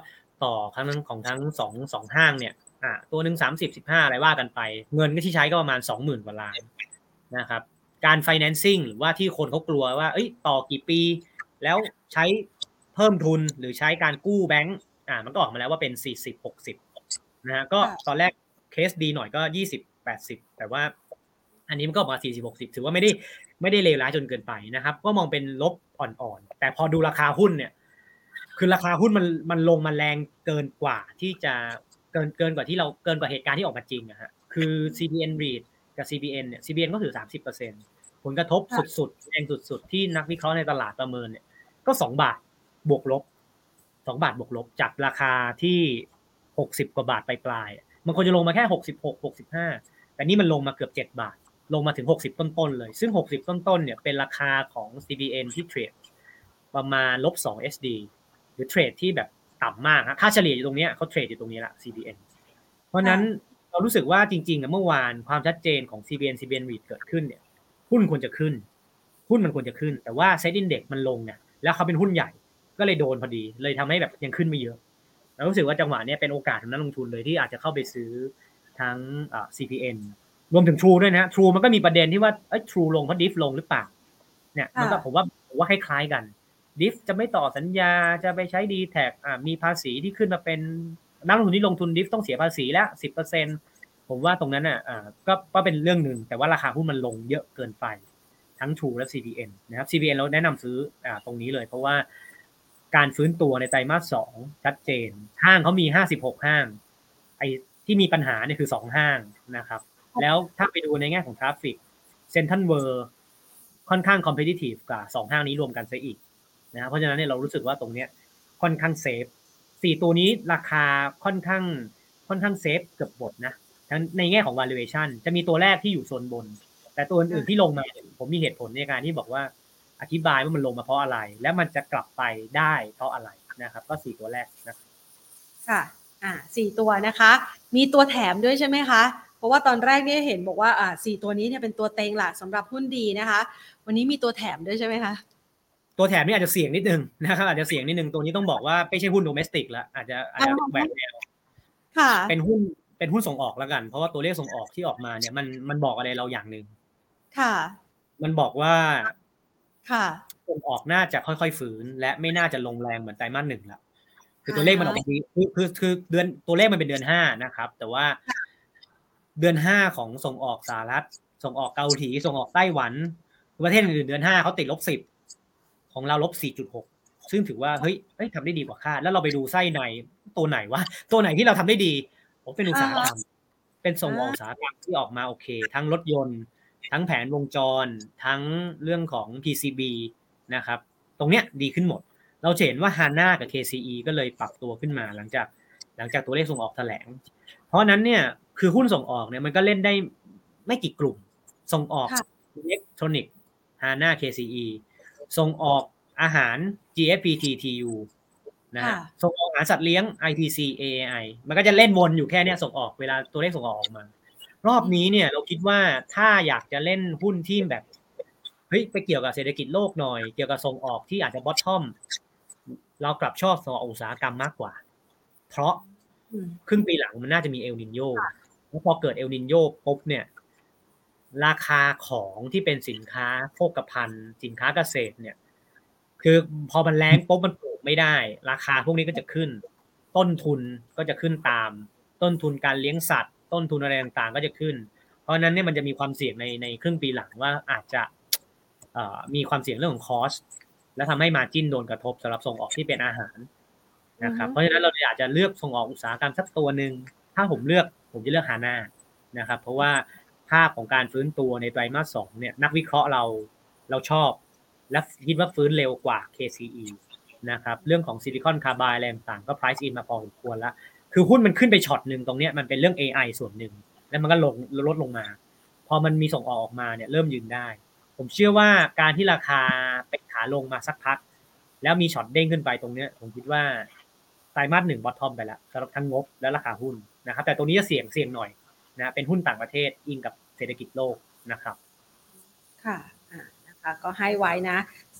ต่อทั้งของทั้งสอง สองห้างเนี่ยอ่าตัวนึงสามสิบ สิบห้าอะไรว่ากันไปเงินก็ที่ใช้ก็ประมาณ สองหมื่น กว่าล้านนะครับการ financing หรือว่าที่คนเขากลัวว่าเอ้ยต่อกี่ปีแล้วใช้เพิ่มทุนหรือใช้การกู้แบงก์อ่ามันก็ออกมาแล้วว่าเป็นสี่สิบ หกสิบนะฮะก็ตอนแรกเคสดีหน่อยก็ยี่สิบ แปดสิบแต่ว่าอันนี้มันก็ออกมาสี่สิบ หกสิบถือว่าไม่ได้ไม่ได้เลวร้ายจนเกินไปนะครับก็มองเป็นลบอ่อนๆแต่พอดูราคาหุ้นเนี่ยคือราคาหุ้นมันมันลงมาแรงเกินกว่าที่จะเกินเกินกว่าที่เราเกินกว่าเหตุการณ์ที่ออกมาจริงนะฮะคือ ซี บี เอ็น รีท กับ ซี บี เอ็น เนี่ย ซี บี เอ็น ก็ถือ สามสิบเปอร์เซ็นต์ ผลกระทบสุดๆแรงสุดๆที่นักวิเคราะห์ในตลาดประเมินเนี่ยก็สองบาทบวกลบสองบาทบวกลบจากราคาที่หกสิบกว่าบาทปลายๆมันควรจะลงมาแค่หกสิบหก หกสิบห้าแต่นี่มันลงมาเกือบเจ็ดบาทลงมาถึงหกสิบต้นๆเลยซึ่งหกสิบต้นๆเนี่ยเป็นราคาของ ซี บี เอ็น ที่เทรดประมาณ ลบสอง เอส ดี หรือเทรดที่แบบต่ำมากค่าเฉลี่ยอยู่ตรงนี้เขาเทรดอยู่ตรงนี้ละ ซี บี เอ็น เพราะนั้นเรารู้สึกว่าจริงๆเมื่อวานความชัดเจนของ ซี บี เอ็น ซี บี เอ็น รีท เกิดขึ้นเนี่ยหุ้นควรจะขึ้นหุ้นมันควรจะขึ้นแต่ว่า Set Index มันลงเนี่ยแล้วเขาเป็นหุ้นใหญ่ก็เลยโดนพอดีเลยทำให้แบบยังขึ้นไม่เยอะเรารู้สึกว่าจังหวะนี้เป็นโอกาสของนักลงทุนเลยที่อาจจะเข้าไปซื้อทั้งอ่า ซี พี เอ็น รวมถึง True ด้วยนะ True มันก็มีประเด็นที่ว่าเอ้ย True ลงเพราะ ดิฟ ลงหรือเปล่าเนี่ยมันก็ผมว่าผมว่าคล้ายๆกัน ดิฟ จะไม่ต่อสัญญาจะไปใช้ ดี แท็ก อ่ามีภาษีที่ขึ้นมาเป็นนักลงทุนที่ลงทุน ดิฟ ต้องเสียภาษีแล้ว สิบเปอร์เซ็นต์ ผมว่าตรงนั้นน่ะอ่าก็ก็เป็นเรื่องนึงแต่ว่าราคาหุ้นมันลงเยอะเกินไปทั้ง True และ ซี พี เอ็น นะครับ ซี พี เอ็น เราแนะนำซื้ออ่าตรงนี้เลยเพราะว่าการฟื้นตัวในไตรมาสสองชัดเจนห้างเขามีห้าสิบหกห้างไอ้ที่มีปัญหาเนี่ยคือสองห้างนะครับแล้วถ้าไปดูในแง่ของทราฟฟิก Central World ค่อนข้าง competitive กับสองห้างนี้รวมกันซะอีกนะเพราะฉะนั้นเนี่ยเรารู้สึกว่าตรงเนี้ยค่อนข้างเซฟสี่ตัวนี้ราคาค่อนข้างค่อนข้างเซฟเกือบหมดนะทั้งในแง่ของ valuation จะมีตัวแรกที่อยู่โซนบนแต่ตัวอื่นๆที่ลงมาผมมีเหตุผลในการที่บอกว่าอธิบายว่ามันลงมาเพราะอะไรและมันจะกลับไปได้เพราะอะไรนะครับก็สี่ตัวแรกนะค่ะอ่าสี่ตัวนะคะมีตัวแถมด้วยใช่ไหมคะเพราะว่าตอนแรกเนี่ยเห็นบอกว่าอ่าสี่ตัวนี้เนี่ยเป็นตัวเต็งหลักสำหรับหุ้นดีนะคะวันนี้มีตัวแถมด้วยใช่ไหมคะตัวแถมนี่อาจจะเสี่ยงนิดนึงนะครับอาจจะเสี่ยงนิดนึงตัวนี้ต้องบอกว่าไม่ใช่หุ้นโดเมสติกแล้วอาจจะอาจจะแหวกแนวค่ะเป็นหุ้นเป็นหุ้นส่งออกแล้วกันเพราะว่าตัวเลขส่งออกที่ออกมาเนี่ยมันมันบอกอะไรเราอย่างนึงค่ะมันบอกว่าค่ะส่งออกน่าจะค่อยๆฟื้นและไม่น่าจะลงแรงเหมือนไตรมาสหนึ่งแล้วคือตัวเลขมันออกมาดีคือคือคือเดือนตัวเลขมันเป็นเดือนห้านะครับแต่ว่าเดือนห้าของส่งออกสหรัฐส่งออกเกาหลีส่งออกไต้หวันประเทศอื่นเดือนห้าเขาติดลบสิบของเราลบ สี่จุดหก ซึ่งถือว่าเฮ้ยเฮ้ยทำได้ดีกว่าคาดแล้วเราไปดูไส้ในตัวไหนวะตัวไหนที่เราทำได้ดีผมเป็นอุตสาหกรรมเป็นส่งออกอุตสาหกรรมที่ออกมาโอเคทั้งรถยนต์ทั้งแผนวงจรทั้งเรื่องของ พี ซี บี นะครับตรงเนี้ยดีขึ้นหมดเราเห็นว่า Hana กับ เค ซี อี ก็เลยปรับตัวขึ้นมาหลังจากหลังจากตัวเลขส่งออกแถลงเพราะนั้นเนี่ยคือหุ้นส่งออกเนี่ยมันก็เล่นได้ไม่กี่กลุ่มส่งออกอิเล็กทรอนิกส์ Hana เค ซี อี ส่งออกอาหาร จี เอฟ พี ที ที ยู นะฮะส่งออกอาหารสัตว์เลี้ยง ไอ ที ซี เอ ไอ มันก็จะเล่นวนอยู่แค่เนี้ยส่งออกเวลาตัวเลขส่งออกออกมารอบนี้เนี่ยเราคิดว่าถ้าอยากจะเล่นหุ้นที่แบบเฮ้ยไปเกี่ยวกับเศรษฐกิจโลกหน่อยเกี่ยวกับส่งออกที่อาจจะบอททอมเรากลับชอบส่งออกอุตสาหกรรมมากกว่าเพราะครึ่งปีหลังมันน่าจะมีเอลนิโญแล้วพอเกิดเอลนิโญปุ๊บเนี่ยราคาของที่เป็นสินค้าโภคภัณฑ์สินค้าเกษตรเนี่ยคือพอมันแรงปุ๊บมันปลูกไม่ได้ราคาพวกนี้ก็จะขึ้นต้นทุนก็จะขึ้นตามต้นทุนการเลี้ยงสัตว์ต้นทุนอะไรต่างๆก็จะขึ้นเพราะนั้นเนี่ยมันจะมีความเสี่ยงในในครึ่งปีหลังว่าอาจจะมีความเสี่ยงเรื่องของคอสและทำให้มาร์จิ้นโดนกระทบสำหรับส่งออกที่เป็นอาหารนะครับเพราะฉะนั้นเราอยากจะเลือกส่งออกอุตสาหกรรมสักตัวหนึ่งถ้าผมเลือกผมจะเลือกฮาน่านะครับเพราะว่าภาพของการฟื้นตัวในไตรมาสสองเนี่ยนักวิเคราะห์เราเราชอบและคิดว่าฟื้นเร็วกว่า เค ซี อี นะครับเรื่องของซิลิคอนคาร์ไบด์อะไรต่างๆก็ price in มาพอสมควรแล้วคือหุ้นมันขึ้นไปช็อตนึงตรงเนี้ยมันเป็นเรื่อง เอ ไอ ส่วนหนึ่งแล้วมันก็ลงลดลงมาพอมันมีส่งออกออกมาเนี่ยเริ่มยืนได้ผมเชื่อว่าการที่ราคาเป็นขาลงมาสักพักแล้วมีช็อตเด้งขึ้นไปตรงเนี้ยผมคิดว่าไตรมาสหนึ่งบอททอมไปแล้วสำหรับทั้งงบและราคาหุ้นนะครับแต่ตรงนี้จะเสี่ยงเสี่ยงหน่อยนะเป็นหุ้นต่างประเทศอิงกับเศรษฐกิจโลกนะครับค่ะอ่านะคะก็ให้ไว้นะ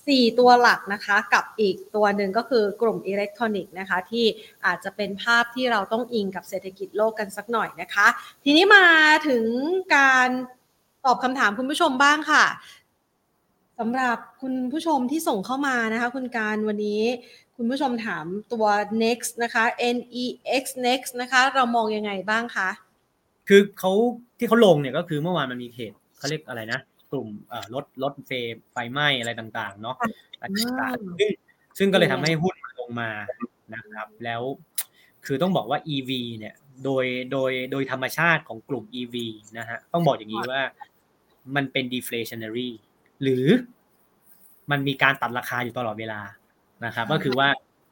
สี่ตัวหลักนะคะกับอีกตัวหนึ่งก็คือกลุ่มอิเล็กทรอนิกส์นะคะที่อาจจะเป็นภาพที่เราต้องอิงกับเศรษฐกิจโลกกันสักหน่อยนะคะทีนี้มาถึงการตอบคำถามคุณผู้ชมบ้างค่ะสำหรับคุณผู้ชมที่ส่งเข้ามานะคะคุณการวันนี้คุณผู้ชมถามตัว next นะคะ N E X next นะคะเรามองยังไงบ้างคะคือเขาที่เขาลงเนี่ยก็คือเมื่อวานมันมีเหตุเขาเรียกอะไรนะกลุ่มเอ่อรถรถเฟไฟไหม้อะไรต่างๆเนาะต่างๆซึ่งซึ่งก็เลยทำให้หุ้นมันลงมานะครับแล้วคือต้องบอกว่า อี วี เนี่ยโดยโดยโดยธรรมชาติของกลุ่ม อี วี นะฮะต้องบอกอย่างนี้ว่ามันเป็น deflationary หรือมันมีการตัดราคาอยู่ตลอดเวลานะครับก็คือว่า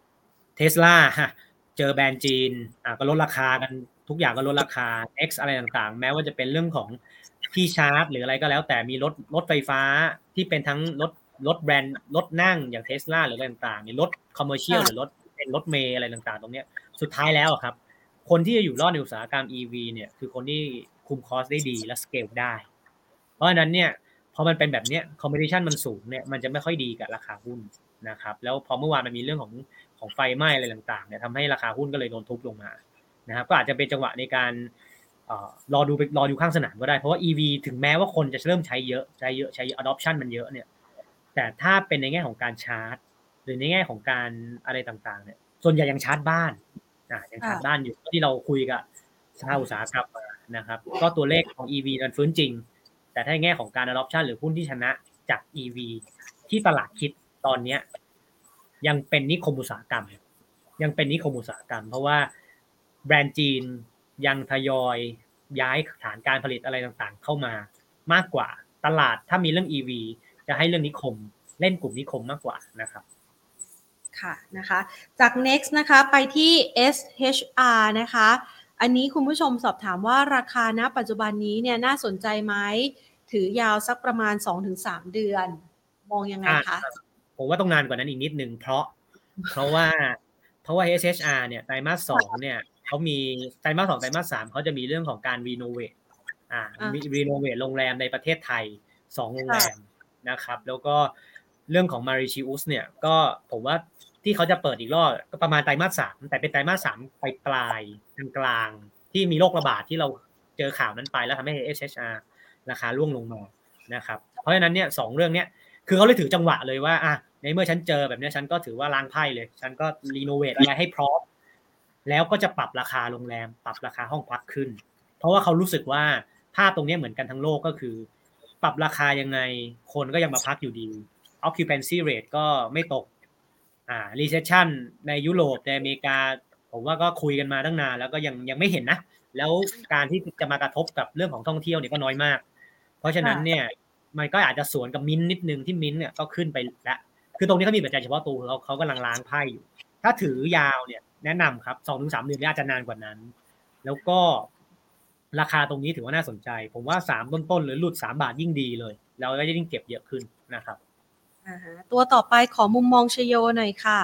Tesla เจอแบรนด์จีนอ่ะก็ลดราคากันทุกอย่างก็ลดราคา X อะไรต่างๆแม้ว่าจะเป็นเรื่องของที่ชาร์จหรืออะไรก็แล้วแต่มีรถรถไฟฟ้าที่เป็นทั้งรถรถแบรนด์รถนั่งอย่าง Tesla หรืออะไรต่างๆมีรถคอมเมอร์เชียลหรือรถเป็นรถเมล์อะไรต่างๆตรงเนี้ยสุดท้ายแล้วครับคนที่จะอยู่รอดในอุตสาหกรรม อี วี เนี่ยคือคนที่คุมคอสได้ดีและสเกลได้เพราะฉะนั้นเนี่ยพอมันเป็นแบบเนี้ยคอมเพทิชันมันสูงเนี่ยมันจะไม่ค่อยดีกับราคาหุ้นนะครับแล้วพอเมื่อวานมันมีเรื่องของของไฟไหม้อะไรต่างๆเนี่ยทำให้ราคาหุ้นก็เลยโดนทุบลงมานะครับก็อาจจะเป็นจังหวะในการเอ่อรอดูรอดูข้างสนามก็ได้เพราะว่า อี วี ถึงแม้ว่าคนจะเริ่มใช้เยอะใช้เยอะใช้ adoption มันเยอะเนี่ยแต่ถ้าเป็นในแง่ของการชาร์จหรือในแง่ของการอะไรต่างๆเนี่ยส่วนใหญ่ยังชาร์จบ้านอ่ะยังชาร์จบ้านอยู่ที่เราคุยกับสภาอุตสาหกรรมมานะครับก็ตัวเลขของ อี วี มันฟื้นจริงแต่ถ้าในแง่ของการ adoption หรือหุ้นที่ชนะจาก อี วี ที่ตลาดคิดตอนนี้ยังเป็นนิคมอุตสาหกรรมยังเป็นนิคมอุตสาหกรรมเพราะว่าแบรนด์จีนยังทยอยย้ายฐานการผลิตอะไรต่างๆเข้ามามากกว่าตลาดถ้ามีเรื่อง อี วี จะให้เรื่องนิคมเล่นกลุ่มนิคมมากกว่านะครับค่ะนะคะจาก next นะคะไปที่ เอส เอช อาร์ นะคะอันนี้คุณผู้ชมสอบถามว่าราคาณปัจจุบันนี้เนี่ยน่าสนใจไหมถือยาวสักประมาณ สองถึงสาม เดือนมองยังไงคะผมว่าต้องนานกว่านั้นอีกนิดนึงเพราะเพราะว่าเพราะว่า เอส เอช อาร์ เนี่ยไตรมาสสองเนี่ยเขามีไตรมาสสองไตรมาสสามเขาจะมีเรื่องของการรีโนเวทอ่ามีรีโนเวทโรงแรมในประเทศไทยสองโรงแรมนะครับแล้วก็เรื่องของ Mauritius เนี่ยก็ผมว่าที่เขาจะเปิดอีกรอบก็ประมาณไตรมาสสามแต่เป็นไตรมาสสามปลายปลายกลางๆที่มีโรคระบาดที่เราเจอข่าวนั้นไปแล้วทำให้ เอส เอช อาร์ ราคาร่วงลงมานะครับเพราะฉะนั้นเนี่ยสองเรื่องเนี้ยคือเขาเลยถือจังหวะเลยว่าอ่ะในเมื่อฉันเจอแบบนี้ฉันก็ถือว่าล้างไพ่เลยฉันก็รีโนเวทอะไรให้พร้อมแล้วก็จะปรับราคาโรงแรมปรับราคาห้องพักขึ้นเพราะว่าเขารู้สึกว่าภาพตรงนี้เหมือนกันทั้งโลกก็คือปรับราคายังไงคนก็ยังมาพักอยู่ดี occupancy rate ก็ไม่ตกอ่า recession ในยุโรปในอเมริกาผมว่าก็คุยกันมาตั้งนานแล้วก็ยังยังไม่เห็นนะแล้วการที่จะมากระทบกับเรื่องของท่องเที่ยวเนี่ยก็น้อยมากเพราะฉะนั้นเนี่ยมันก็อาจจะสวนกับมิ้นนิดนึงที่มิ้นเนี่ยก็ขึ้นไปแล้วคือตรงนี้เขามีปัจจัยเฉพาะตัวเขาเขากำลังล้างไพ่อยู่ถ้าถือยาวเนี่ยแนะนำครับ สองถึงสาม เดือนอาจจะนานกว่านั้นแล้วก็ราคาตรงนี้ถือว่าน่าสนใจผมว่าสามต้นๆหรือหลุดสามบาทยิ่งดีเลยเราก็จะยิ่งเก็บเยอะขึ้นนะครับอ่าฮะตัวต่อไปขอมุมมองชโยหน่อยค่ะ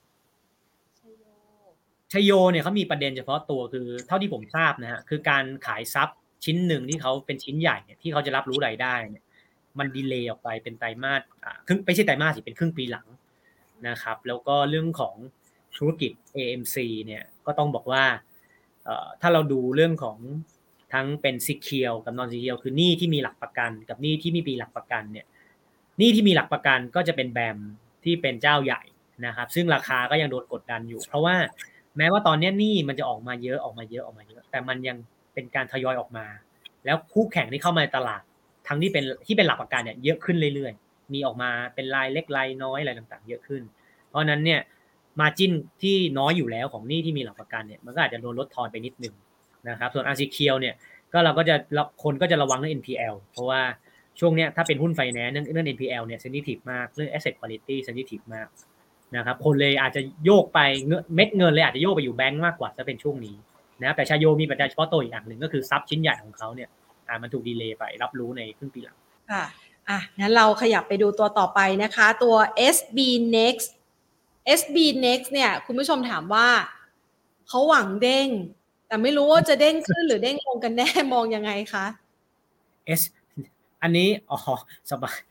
ชโยเนี่ยเขามีประเด็นเฉพาะตัวคือเท่าที่ผมทราบนะฮะคือการขายทรัพย์ชิ้นหนึ่งที่เขาเป็นชิ้นใหญ่เนี่ยที่เขาจะรับรู้รายได้เนี่ยมันดีเลย์ออกไปเป็นไตรมาสอ่าครึ่งไม่ใช่ไตรมาสสิเป็นครึ่งปีหลังนะครับแล้วก็เรื่องของธุรกิจ เอ เอ็ม ซี เนี่ยก็ต้องบอกว่าเอ่อถ้าเราดูเรื่องของทั้งเป็น secure กับ non secure คือหนี้ที่มีหลักประกันกับหนี้ที่ไม่มีหลักประกันเนี่ยหนี้ที่มีหลักประกันก็จะเป็นแบมที่เป็นเจ้าใหญ่นะครับซึ่งราคาก็ยังโดนกดดันอยู่เพราะว่าแม้ว่าตอนนี้หนี้มันจะออกมาเยอะออกมาเยอะออกมาเยอะแต่มันยังเป็นการทยอยออกมาแล้วคู่แข่งที่เข้ามาในตลาดทั้งที่เป็นที่เป็นหลักประกันเนี่ยเยอะขึ้นเรื่อยๆมีออกมาเป็นรายเล็กรายน้อยอะไรต่างๆเยอะขึ้นเพราะนั้นเนี่ยมาร์จิ้นที่น้อยอยู่แล้วของหนี้ที่มีหลักประกันเนี่ยมันก็อาจจะโดนลดทอนไปนิดนึงนะครับส่วน unsecured เนี่ยก็เราก็จะคนก็จะระวังเรื่อง เอ็น พี แอล เพราะว่าช่วงเนี้ยถ้าเป็นหุ้นไฟแนนซ์เรื่องเรื่อง เอ็น พี แอล เนี่ย sensitive มากเรื่อง asset quality sensitive มากนะครับคนเลยอาจจะโยกไปเม็ดเงินเลยอาจจะโยกไปอยู่แบงก์มากกว่าจะเป็นช่วงนี้นะแต่ชาโยมีปัจจัยเฉพาะตัวอีกอย่างหนึ่งก็คือทรัพย์ชิ้นใหญ่ของเขาเนี่ยอ่ามันถูกดีเลย์ไปรับรู้ในครึ่งปีหลังค่ะอ่ะงั้นเราขยับไปดูตัวต่อไปนะคะตัว เอส บี next เอส บี next เนี่ยคุณผู้ชมถามว่าเขาหวังเด้งแต่ไม่รู้ว่าจะเด้งขึ้นหรือเด้งลงกันแน่มองยังไงคะ S อันนี้อ๋อสบาย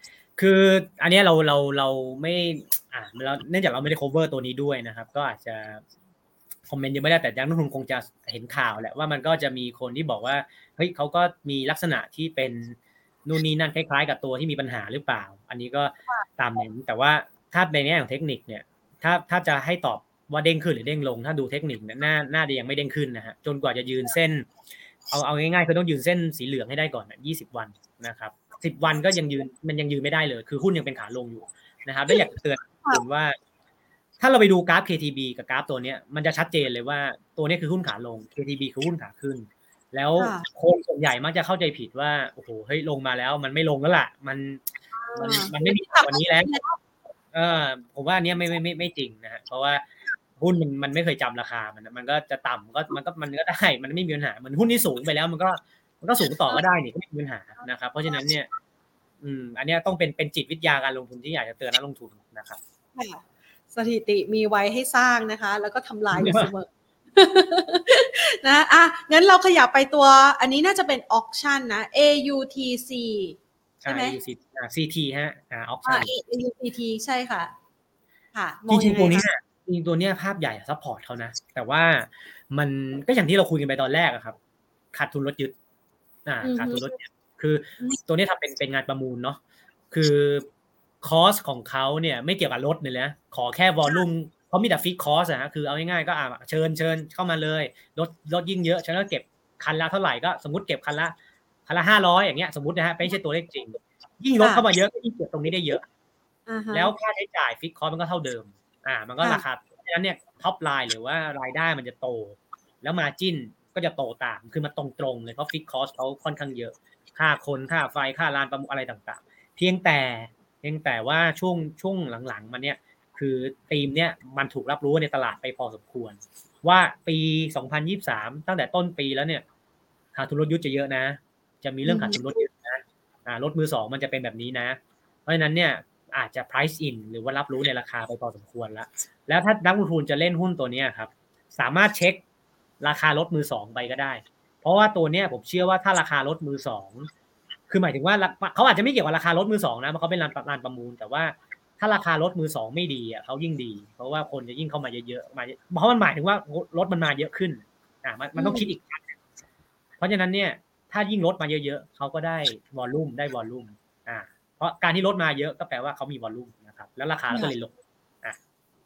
คืออันนี้เราเราเราไม่อ่าเราเนื่องจากเราไม่ได้ cover ตัวนี้ด้วยนะครับก็อาจจะคอมเมนต์ยังไม่ได้แต่นักลงทุนคงจะเห็นข่าวแหละว่ามันก็จะมีคนที่บอกว่าเฮ้ยเขาก็มีลักษณะที่เป็นนู่นนี่นั่นคล้ายๆกับตัวที่มีปัญหาหรือเปล่าอันนี้ก็ตามนั้นแต่ว่าถ้าในแง่ของเทคนิคเนี่ยถ้าถ้าจะให้ตอบว่าเด้งขึ้นหรือเด้งลงถ้าดูเทคนิคเนี่ยน่าน่าจะยังไม่เด้งขึ้นนะฮะจนกว่าจะยืนเส้นเอาเอาง่ายๆคือต้องยืนเส้นสีเหลืองให้ได้ก่อนนะยี่สิบวันนะครับสิบวันก็ยังยืนมันยังยืนไม่ได้เลยคือหุ้นยังเป็นขาลงอยู่นะครับและอยากเตือนคุณว่าถ้าเราไปดูกราฟ เค ที บี กับกราฟตัวนี้มันจะชัดเจนเลยว่าตัวนี้คือหุ้นขาลง เค ที บี คือหุ้นขาขึ้นแล้วคนส่วนใหญ่มักจะเข้าใจผิดว่าโอ้โหเฮ้ยลงมาแล้วมันไม่ลงแล้วล่ะมันมันมันไม่มีวันนี้แล้วเออผมว่าอันนี้ไม่ไม่ไม่ไม่จริงนะฮะเพราะว่าหุ้นมันมันไม่เคยจำราคามันมันก็จะต่ำก็มันก็มันก็ได้มันไม่มีปัญหาเหมือนหุ้นที่สูงไปแล้วมันก็มันก็สูงต่อก็ได้นี่ก็ไม่มีปัญหานะครับเพราะฉะนั้นเนี่ยอืมอันนี้ต้องเป็นเป็นจิตวิทยาการลงทุนที่อยากจะเตือนนักลงทุนนะครับสถิติมีไว้ให้สร้างนะคะแล้วก็ทำลายอยู่เสมอนะอ่ะงั้นเราขยับไปตัวอันนี้น่าจะเป็น auction นะ เอ ยู ที ซี ใช่ไหมซี ที ฮะอ่า auction เอ ยู ที ใช่ค่ะค่ะจริงๆตัวนี้จริงๆตัวเนี้ยภาพใหญ่ซัพพอร์ตเขานะแต่ว่ามันก็อย่างที่เราคุยกันไปตอนแรกอะครับขาดทุนลดยึดอ่าขาดทุนลดยึดคือตัวนี้ทำเป็นเป็นงานประมูลเนาะคือคอสของเขาเนี่ยไม่เกี่ยวกับรถเลยนะขอแค่วอลลุ่มเขามีแต่ฟิกคอสอะฮะคือเอาง่ายๆก็อ่าเชิญเชิญเข้ามาเลยรถรถยิ่งเยอะฉันก็เก็บคันละเท่าไหร่ก็สมมติเก็บคันละคันละห้าร้อยอย่างเงี้ยสมมตินะฮะไม่ใช่ตัวเลขจริงยิ่งรถเข้ามาเยอะก็ยิ่งเก็บตรงนี้ได้เยอะแล้วค่าใช้จ่ายฟิกคอสมันก็เท่าเดิมอ่ามันก็ราคาเพราะฉะนั้นเนี่ยท็อปไลน์หรือว่ารายได้มันจะโตแล้วมาจิ้นก็จะโตตามคือมันตรงๆเลยเพราะฟิกคอสเขาค่อนข้างเยอะค่าคนค่าไฟค่าลานประมูลอะไรต่างๆเพียงแต่เพียงแต่ว่าช่วงช่วงหลังๆมันเนี่ยคือธีมเนี่ยมันถูกรับรู้ในตลาดไปพอสมควรว่าปีสองพันยี่สิบสามตั้งแต่ต้นปีแล้วเนี่ยขาดทุนรถยุทธจะเยอะนะจะมีเรื่องขาดทุนรถเยอะนะอ่ารถมือสองมันจะเป็นแบบนี้นะเพราะฉะนั้นเนี่ยอาจจะ price in หรือว่ารับรู้ในราคาไปพอสมควรแล้วแล้วถ้านักลงทุนจะเล่นหุ้นตัวนี้ครับสามารถเช็คราคารถมือสองไปก็ได้เพราะว่าตัวเนี้ยผมเชื่อว่าถ้าราคารถมือสองคือหมายถึงว่าเขาอาจจะไม่เกี่ยวกับราคารถมือสองนะเพราะเขาเป็นร้านร้านประมูลแต่ว่าถ้าราคารถมือสองไม่ดีอ่ะเขายิ่งดีเพราะว่าคนจะยิ่งเข้ามาเยอะๆมาเพราะมันหมายถึงว่ารถมันมาเยอะขึ้นอ่ามันมันต้องคิดอีกเพราะฉะนั้นเนี่ยถ้ายิ่งรถมาเยอะๆเขาก็ได้วอลลุ่มได้วอลลุ่มอ่าเพราะการที่รถมาเยอะก็แปลว่าเขามีวอลลุ่มนะครับแล้วราคาก็เลยลงอ่ะ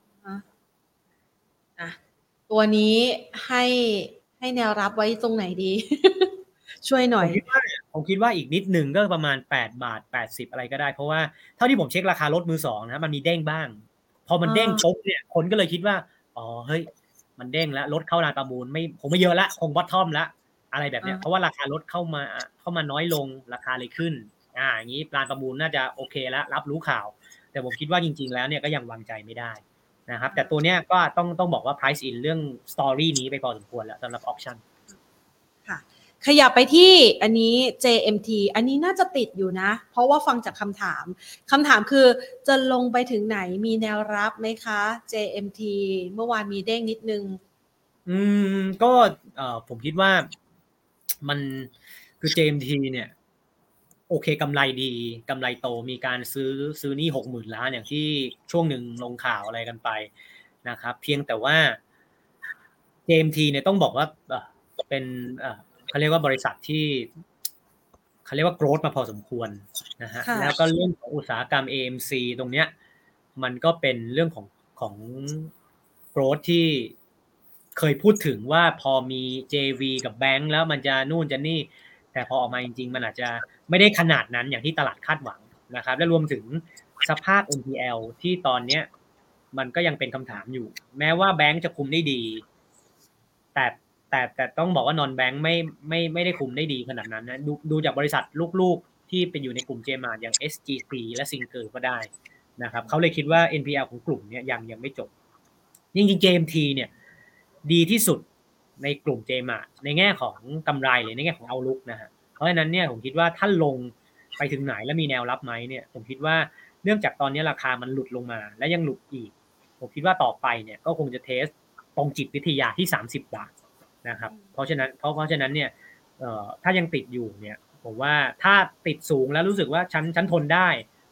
อ่ะตัวนี้ให้ให้แนวรับไว้ตรงไหนดี ช่วยหน่อยผมคิดว่าผมคิดว่าอีกนิดนึงก็ประมาณแปดบาทแปดสิบอะไรก็ได้เพราะว่าเท่าที่ผมเช็คราคารถมือสองนะมันมีเด้งบ้างพอมันเด้งปุ๊บเนี่ยคนก็เลยคิดว่าอ๋อเฮ้ยมันเด้งแล้วรถเข้าร้านประมูลไม่คงไม่เยอะละคงบอททอมละอะไรแบบเนี้ยเพราะว่าราคารถเข้ามาเข้ามาน้อยลงราคาเลยขึ้นอ่าอย่างนี้ร้านประมูลน่าจะโอเคแล้วรับรู้ข่าวแต่ผมคิดว่าจริงๆแล้วเนี่ยก็ยังวางใจไม่ได้นะครับแต่ตัวเนี้ยก็ต้องต้องบอกว่า price in เรื่อง story นี้ไปพอสมควรแล้วสำหรับ auction ค่ะขยับไปที่อันนี้ เจ เอ็ม ที อันนี้น่าจะติดอยู่นะเพราะว่าฟังจากคำถามคำถามคือจะลงไปถึงไหนมีแนวรับไหมคะ เจ เอ็ม ที เมื่อวานมีเด้งนิดนึงอืมก็เอ่อผมคิดว่ามันคือ เจ เอ็ม ที เนี่ยโอเคกำไรดีกำไรโตมีการซื้อซื้อนี่หกหมื่นล้านอย่างที่ช่วงหนึ่งลงข่าวอะไรกันไปนะครับเพียงแต่ว่า เจ เอ็ม ที เนี่ยต้องบอกว่าเป็นเขาเรียกว่าบริษัทที่เขาเรียกว่าโกรธมาพอสมควรนะฮะแล้วก็เรื่องของอุตสาหกรรม เอ เอ็ม ซี ตรงเนี้ยมันก็เป็นเรื่องของของโกรธที่เคยพูดถึงว่าพอมี เจ วี กับแบงก์แล้วมันจะนู่นจะนี่แต่พอออกมาจริงๆมันอาจจะไม่ได้ขนาดนั้นอย่างที่ตลาดคาดหวังนะครับและรวมถึงสภาพ เอ็น พี แอล ที่ตอนเนี้ยมันก็ยังเป็นคำถามอยู่แม้ว่าแบงก์จะคุมได้ดีแต่แต่แต่ต้องบอกว่านอนแบงก์ไม่ไม่ไม่ได้คุมได้ดีขนาดนั้นนะดูดูจากบริษัทลูกๆที่เป็นอยู่ในกลุ่ม J-Mart อย่าง เอส จี ซี และ Singer ก็ได้นะครับเขาเลยคิดว่า เอ็น พี แอล ของกลุ่มเนี้ยยังยังไม่จบจริงๆ เจ เอ็ม ที เนี่ยดีที่สุดในกลุ่ม J-Mart ในแง่ของกำไรหรือในแง่ของเอาลุกนะฮะเพราะฉะนั้นเนี่ยผมคิดว่าถ้าลงไปถึงไหนแล้วมีแนวรับไหมเนี่ยผมคิดว่าเนื่องจากตอนนี้ราคามันหลุดลงมาและยังหลุดอีกผมคิดว่าต่อไปเนี่ยก็คงจะเทสตรงจิตวิทยาที่สามสิบบาทนะครับเพราะฉะนั้นเพราะเพราะฉะนั้นเนี่ยเอ่อถ้ายังติดอยู่เนี่ยผมว่าถ้าติดสูงแล้วรู้สึกว่าชั้นชั้นทนได้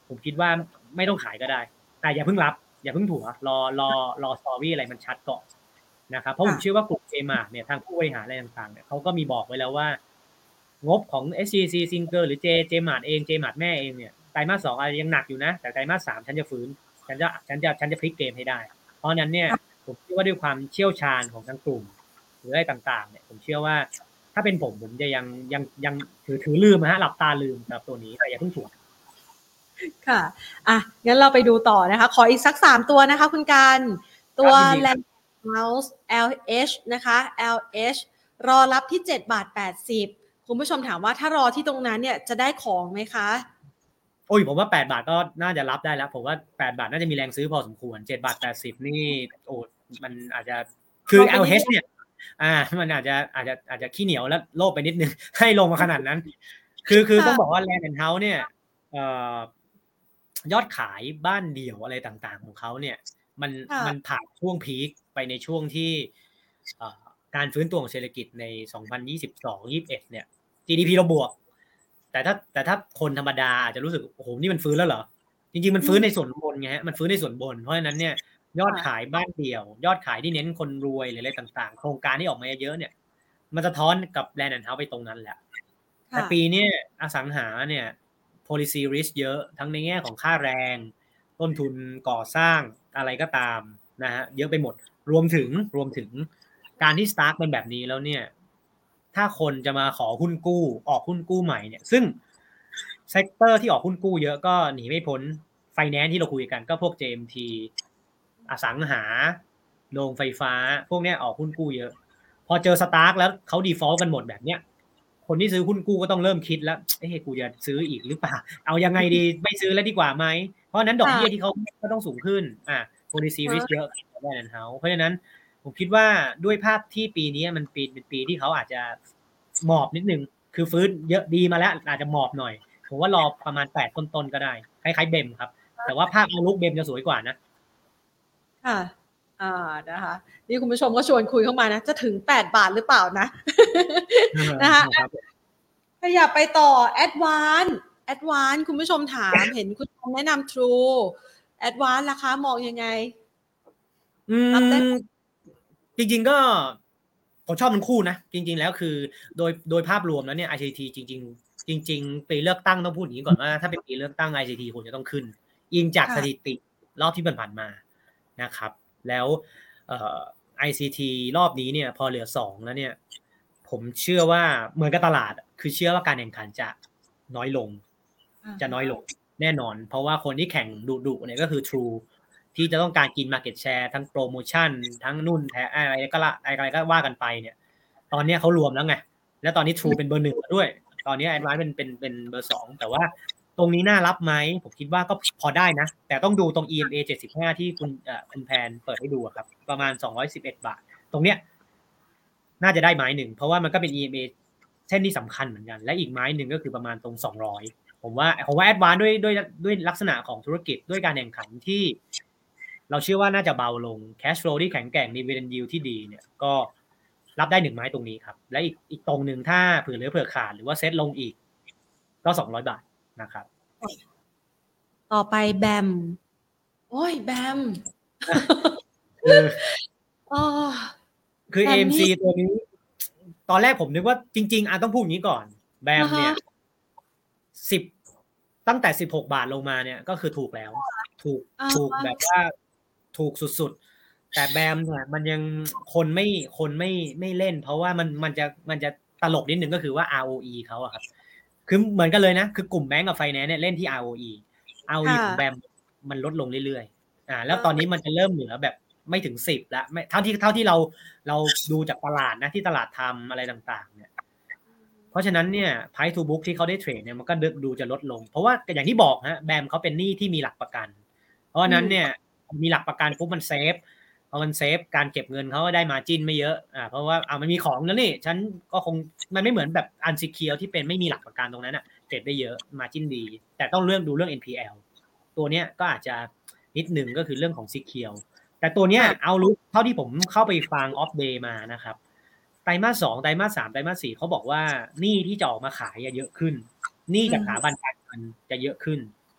ผมคิดว่าไม่ต้องขายก็ได้แต่อย่าเพิ่งรับอย่าเพิ่งถัวรอรอรอสตอรี่อะไรมันชัดก่อนนะครับเพราะผมเชื่อว่ากลุ่ม J-Mart เนี่ยทางผู้บริหารอะไรต่างๆเนี่ยเขาก็มีบอกไว้แล้วว่างบของ เอส ซี ซี Singer หรือ J J-Mart เอง J-Mart แม่เองเนี่ยไตรมาสสองอาจจะยังหนักอยู่นะแต่ไตรมาสสามฉันจะฟื้นฉันจะฉันจะฉันจะพลิกเกมให้ได้เพราะนั้นเนี่ยผมคิดว่าด้วยความเชี่ยวชาญของทั้งกลุ่มหรืออะไรต่างๆเนี่ยผมเชื่อว่าถ้าเป็นผมผมจะยังยังยังถือถือลืมนะฮะหลับตาลืมกับตัวนี้แต่อย่าเพิ่งถ่วงค่ะอ่ะงั้นเราไปดูต่อนะคะขออีกสักสามตัวนะคะคุณการตัว Land House แอล เอช นะคะ แอล เอช รอรับที่เจ็ดบาทแปดสิบคุณผู้ชมถามว่าถ้ารอที่ตรงนั้นเนี่ยจะได้ของไหมคะโอ้ยผมว่าแปดบาทก็น่าจะรับได้แล้วผมว่าแปดบาทน่าจะมีแรงซื้อพอสมควรเจ็ดบาทแปดสิบนี่โอ้มันอาจจะคือ แอล เอช เนี่ยอ่ามันอาจจะอาจจะอาจจะขี้เหนียวแล้วโลภไปนิดนึงให้ลงมาขนาดนั้นคือคือต้องบอกว่า Land House เนี่ยเอ่อยอดขายบ้านเดี่ยวอะไรต่างๆของเขาเนี่ยมันมันผ่านช่วงพีคไปในช่วงที่การฟื้นตัวของเศรษฐกิจในสองพันยี่สิบสอง ยี่สิบเอ็ดเนี่ย จี ดี พี เราบวกแต่ถ้าแต่ถ้าคนธรรมดาอาจจะรู้สึกโอ้โหนี่มันฟื้นแล้วเหรอจริงๆมันฟื้นในส่วนบนไงฮะมันฟื้นในส่วนบนเพราะฉะนั้นเนี่ยยอดขายบ้านเดี่ยวยอดขายที่เน้นคนรวยหรืออะไรต่างๆโครงการที่ออกมาเยอะๆเนี่ยมันสะท้อนกับ Land and House ไปตรงนั้นแหละแต่ปีนี้อสังหาเนี่ย policy risk เยอะทั้งในแง่ของค่าแรงต้นทุนก่อสร้างอะไรก็ตามนะฮะเยอะไปหมดรวมถึงรวมถึงการที่สตาร์ทเป็นแบบนี้แล้วเนี่ยถ้าคนจะมาขอหุ้นกู้ออกหุ้นกู้ใหม่เนี่ยซึ่งเซกเตอร์ที่ออกหุ้นกู้เยอะก็หนีไม่พ้นไฟแนนซ์ที่เราคุยกันก็พวก เจ เอ็ม ที อสังหาโรงไฟฟ้าพวกเนี้ยออกหุ้นกู้เยอะพอเจอสตาร์ทแล้วเขาดีฟอลต์กันหมดแบบเนี้ยคนที่ซื้อหุ้นกู้ก็ต้องเริ่มคิดแล้วเอ้ยกูจะซื้ออีกหรือเปล่าเอายังไงดีไม่ซื้อแล้วดีกว่าไหมเพราะนั้นดอกเบี้ยที่เขาก็ต้องสูงขึ้นอ่ะ policy risk เยอะแน่นอนเขาเพราะฉะนั้นผมคิดว่าด้วยภาพที่ปีนี้มันปีเป็นปีที่เขาอาจจะหมอบนิดนึงคือฟื้นเยอะดีมาแล้วอาจจะหมอบหน่อยผมว่ารอประมาณแปดต้นๆก็ได้คล้ายๆเบมครับแต่ว่าภาพเอาลุกเบมจะสวยกว่านะค่ะอ่านะคะนี่คุณผู้ชมก็ชวนคุยเข้ามานะจะถึงแปดบาทหรือเปล่านะนะคะขยับไปต่อ Advance Advance คุณผู้ชมถามเห็นคุณชมแนะนำ True Advance ราคามองยังไงอืมจริงๆก็ผมชอบทั้งคู่นะจริงๆแล้วคือโดยโดยภาพรวมแล้วเนี่ย ไอ ซี ที จริงๆจริงๆปีเลือกตั้งต้องพูดอย่างนี้ก่อนว่าถ้าเป็นปีเลือกตั้ง ไอ ซี ที ควรจะต้องขึ้นยิงจากสถิติรอบที่ผ่านมานะครับแล้วเอ่อ ไอ ซี ที รอบนี้เนี่ยพอเหลือสองแล้วเนี่ยผมเชื่อว่าเหมือนกับตลาดคือเชื่อว่าการแข่งขันจะน้อยลงจะน้อยลงแน่นอนเพราะว่าคนที่แข่งดุๆเนี่ยก็คือ True ที่จะต้องการกิน market share ทั้งโปรโมชั่นทั้งนุ่นแท้อะไรก็ละอะไรก็ว่ากันไปเนี่ยตอนนี้เขารวมแล้วไงแล้วตอนนี้ True เป็นเบอร์หนึ่งด้วยตอนนี้ Advance เป็นเป็นเป็นเบอร์สองแต่ว่าตรงนี้น่ารับไหมผมคิดว่าก็พอได้นะแต่ต้องดูตรง อี เอ็ม เอ เจ็ดสิบห้าที่คุณเอ่อคุณแพนเปิดให้ดูครับประมาณสองร้อยสิบเอ็ดบาทตรงเนี้ยน่าจะได้ไม้หนึ่งเพราะว่ามันก็เป็น อี เอ็ม เอ เส้นที่สำคัญเหมือนกันและอีกไม้หนึ่งก็คือประมาณตรงสองร้อยผมว่าผมว่า Advance ด้วยด้วยด้วยลักษณะของธุรกิจด้วยการแข่งขันที่เราเชื่อว่าน่าจะเบาลง cash flow ที่แข็งแกร่ง dividend yield ที่ดีเนี่ยก็รับได้หนึ่งไม้ตรงนี้ครับและอีกอีกตรงหนึ่งถ้าเผื่อเหลือเผื่อขาดหรือว่าเซ็ตลงอีกก็สองร้อยบาทนะครับต่อไปแบมโอ้ยแบมคืออ๋อคือ เอ เอ็ม ซี ตัวนี้ตอนแรกผมนึกว่าจริงๆอ่ะต้องพูดอย่างนี้ก่อนแบมเนี่ยสิบตั้งแต่สิบหกบาทลงมาเนี่ยก็คือถูกแล้วถูกถูกแบบว่าถูกสุดๆแต่แบมเนี่ยมันยังคนไม่คนไม่ไม่เล่นเพราะว่ามันมันจะมันจะตลกนิดนึงก็คือว่า อาร์ โอ อี เขาอะครับคือเหมือนกันเลยนะคือกลุ่มแบงก์กับไฟแนนซ์เนี่ยเล่นที่ อาร์ โอ อี อาร์ โอ อี ของแบมมันลดลงเรื่อยๆอ่าแล้วตอนนี้มันจะเริ่มเหลือแบบไม่ถึงสิบแล้วไม่เท่าที่เท่าที่เราเราดูจากตลาดนะที่ตลาดทำอะไรต่างๆเนี่ยเพราะฉะนั้นเนี่ย price to book ที่เขาได้เทรดเนี่ยมันก็ดูจะลดลงเพราะว่าอย่างที่บอกฮะแบมเขาเป็นหนี้ที่มีหลักประกันเพราะฉะนั้นเนี่ยมีหลักประกันปุ๊บมันเซฟพอมันเซฟการเก็บเงินเขาก็ได้มาจิ้นไม่เยอะอ่าเพราะว่าเอามันมีของแล้วนี่ฉันก็คงมันไม่เหมือนแบบ unsecured ที่เป็นไม่มีหลักประกันตรงนั้นอ่ะเก็บได้เยอะมาจิ้นดีแต่ต้องเรื่องดูเรื่อง เอ็น พี แอล ตัวเนี้ยก็อาจจะนิดหนึ่งก็คือเรื่องของ secure แต่ตัวเนี้ยเอารู้เท่าที่ผมเข้าไปฟัง off day มานะครับไตรมาสสองไตรมาสสามไตรมาสสี่เขาบอกว่าหนี้ที่จะออกมาขายเยอะขึ้นหนี้จากสถาบันการเงินจะเยอะขึ้น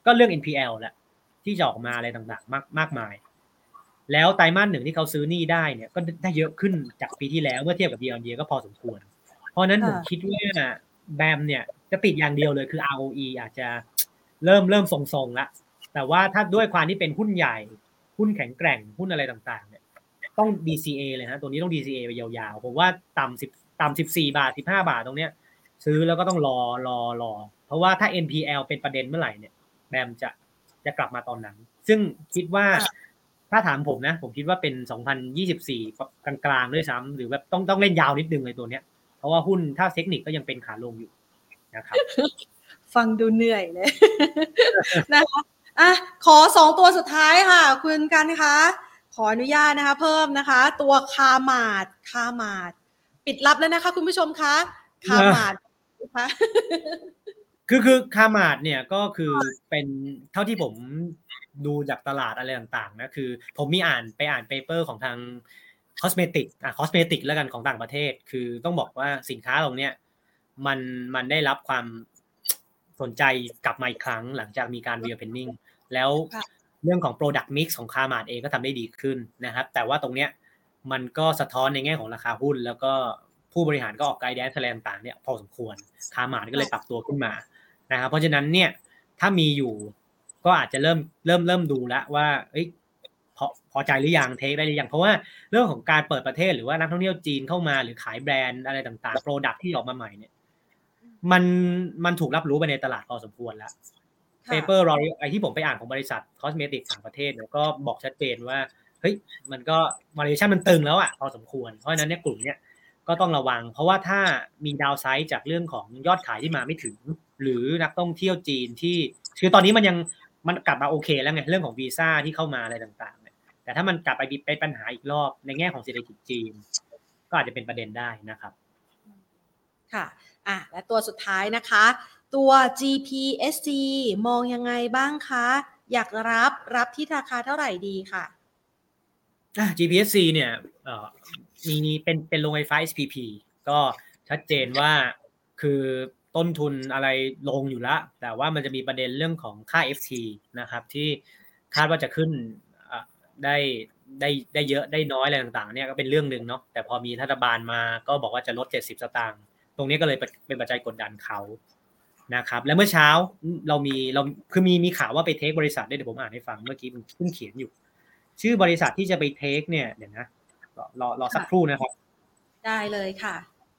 ก็เรื่อง เอ็น พี แอล แหละที่จะออกมาอะไรต่างๆมากมากมายแล้วไตรมาสหนึ่งที่เขาซื้อหนี้ได้เนี่ยก็ได้เยอะขึ้นจากปีที่แล้วเมื่อเทียบกับ year on year ก็พอสมควรเพราะนั้นผมคิดว่าแบมเนี่ยจะติดอย่างเดียวเลยคือ อาร์ โอ อี อาจจะเริ่มเริ่มทรงๆละแต่ว่าถ้าด้วยความที่เป็นหุ้นใหญ่หุ้นแข็งแกร่งหุ้นอะไรต่างๆเนี่ยต้อง ดี ซี เอ เลยฮะตัวนี้ต้อง ดี ซี เอ ไปยาวๆผมว่าต่ำสิบต่ำสิบสี่บาทสิบห้าบาทตรงเนี้ยซื้อแล้วก็ต้องรอรอรอเพราะว่าถ้า เอ็น พี แอล เป็นประเด็นเมื่อไหร่เนี่ยแบมจะจะกลับมาตอนนั้นซึ่งคิดว่าถ้าถามผมนะผมคิดว่าเป็นสองพันยี่สิบสี่กลางๆด้วยซ้ำหรือแบบต้องต้องเล่นยาวนิดนึงเลยตัวเนี้ยเพราะว่าหุ้นถ้าเทคนิคก็ยังเป็นขาลงอยู่นะครับฟังดูเหนื่อยเลยนะคะอ่ะขอสองตัวสุดท้ายค่ะคุณกันคะขออนุญาตนะคะเพิ่มนะคะตัวคาหมาดคาหมาดปิดรับแล้วนะคะคุณผู้ชมคะคาหมาดนะคะคือคือคาหมาดเนี่ยก็คือเป็นเท่าที่ผมดูจากตลาดอะไรต่างๆนะคือผมมีอ่านไปอ่านเปเปอร์ของทางคอสเมติกอ่ะคอสเมติกแล้วกันของต่างประเทศคือต้องบอกว่าสินค้าตรงเนี้ยมันมันได้รับความสนใจกลับมาอีกครั้งหลังจากมีการ reopening แล้วเรื่องของ product mix ของคาหมาดเองก็ทำได้ดีขึ้นนะครับแต่ว่าตรงเนี้ยมันก็สะท้อนในแง่ของราคาหุ้นแล้วก็ผู้บริหารก็ออกไกด์แดนซ์อะไรต่างๆเนี่ยพอสมควรคาหมาดก็เลยปรับตัวขึ้นมานะครับเพราะฉะนั้นเนี่ยถ้ามีอยู่ก็อาจจะเริ่มเริ่มเริ่มดูแล้วว่าเอ้ยพอพอใจหรือยังเทคได้หรือยังเพราะว่าเรื่องของการเปิดประเทศหรือว่านักท่องเที่ยวจีนเข้ามาหรือขายแบรนด์อะไรต่างๆโปรดักที่ออกมาใหม่เนี่ยมันมันถูกรับรู้ไปในตลาดพอสมควรแล้วเปเปอร์ไอที่ผมไปอ่านของบริษัทคอสเมติกต่างประเทศเนี่ยก็บอกชัดเจนว่าเฮ้ยมันก็ valuation มันตึงแล้วอ่ะพอสมควรเพราะฉะนั้นเนี่ยกลุ่มเนี้ยก็ต้องระวังเพราะว่าถ้ามีดาวไซด์จากเรื่องของยอดขายที่มาไม่ถึงหรือนักท่องเที่ยวจีนที่คือตอนนี้มันยังมันกลับมาโอเคแล้วไงเรื่องของวีซ่าที่เข้ามาอะไรต่างๆเนี่ยแต่ถ้ามันกลับไปเป็นปัญหาอีกรอบในแง่ของเศรษฐกิจจีนก็อาจจะเป็นประเด็นได้นะครับค่ะอ่ะและตัวสุดท้ายนะคะตัว จี พี เอส ซี มองยังไงบ้างคะอยากรับรับที่ราคาเท่าไหร่ดีค่ะอ่ะ จี พี เอส ซี เนี่ยเอ่อมีเป็นเป็นโรงไฟฟ้า เอส พี พี ก็ชัดเจนว่าคือต้นทุนอะไรลงอยู่แล้วแต่ว่ามันจะมีประเด็นเรื่องของค่า เอฟ ที นะครับที่คาดว่าจะขึ้นได้ได้ได้เยอะได้น้อยอะไรต่างๆเนี่ยก็เป็นเรื่องนึงเนาะแต่พอมีรัฐบาลมาก็บอกว่าจะลดเจ็ดสิบสตางค์ตรงนี้ก็เลยเป็นปัจจัยกดดันเขานะครับและเมื่อเช้าเรามีเราคือมีมีข่าวว่าไปเทคบริษัทได้เดี๋ยวผมอ่านให้ฟังเมื่อกี้มันเพิ่งเขียนอยู่ชื่อบริษัทที่จะไปเทคเนี่ยเดี๋ยวนะรอรอรอสักครู่นะครับได้เลยค่ะ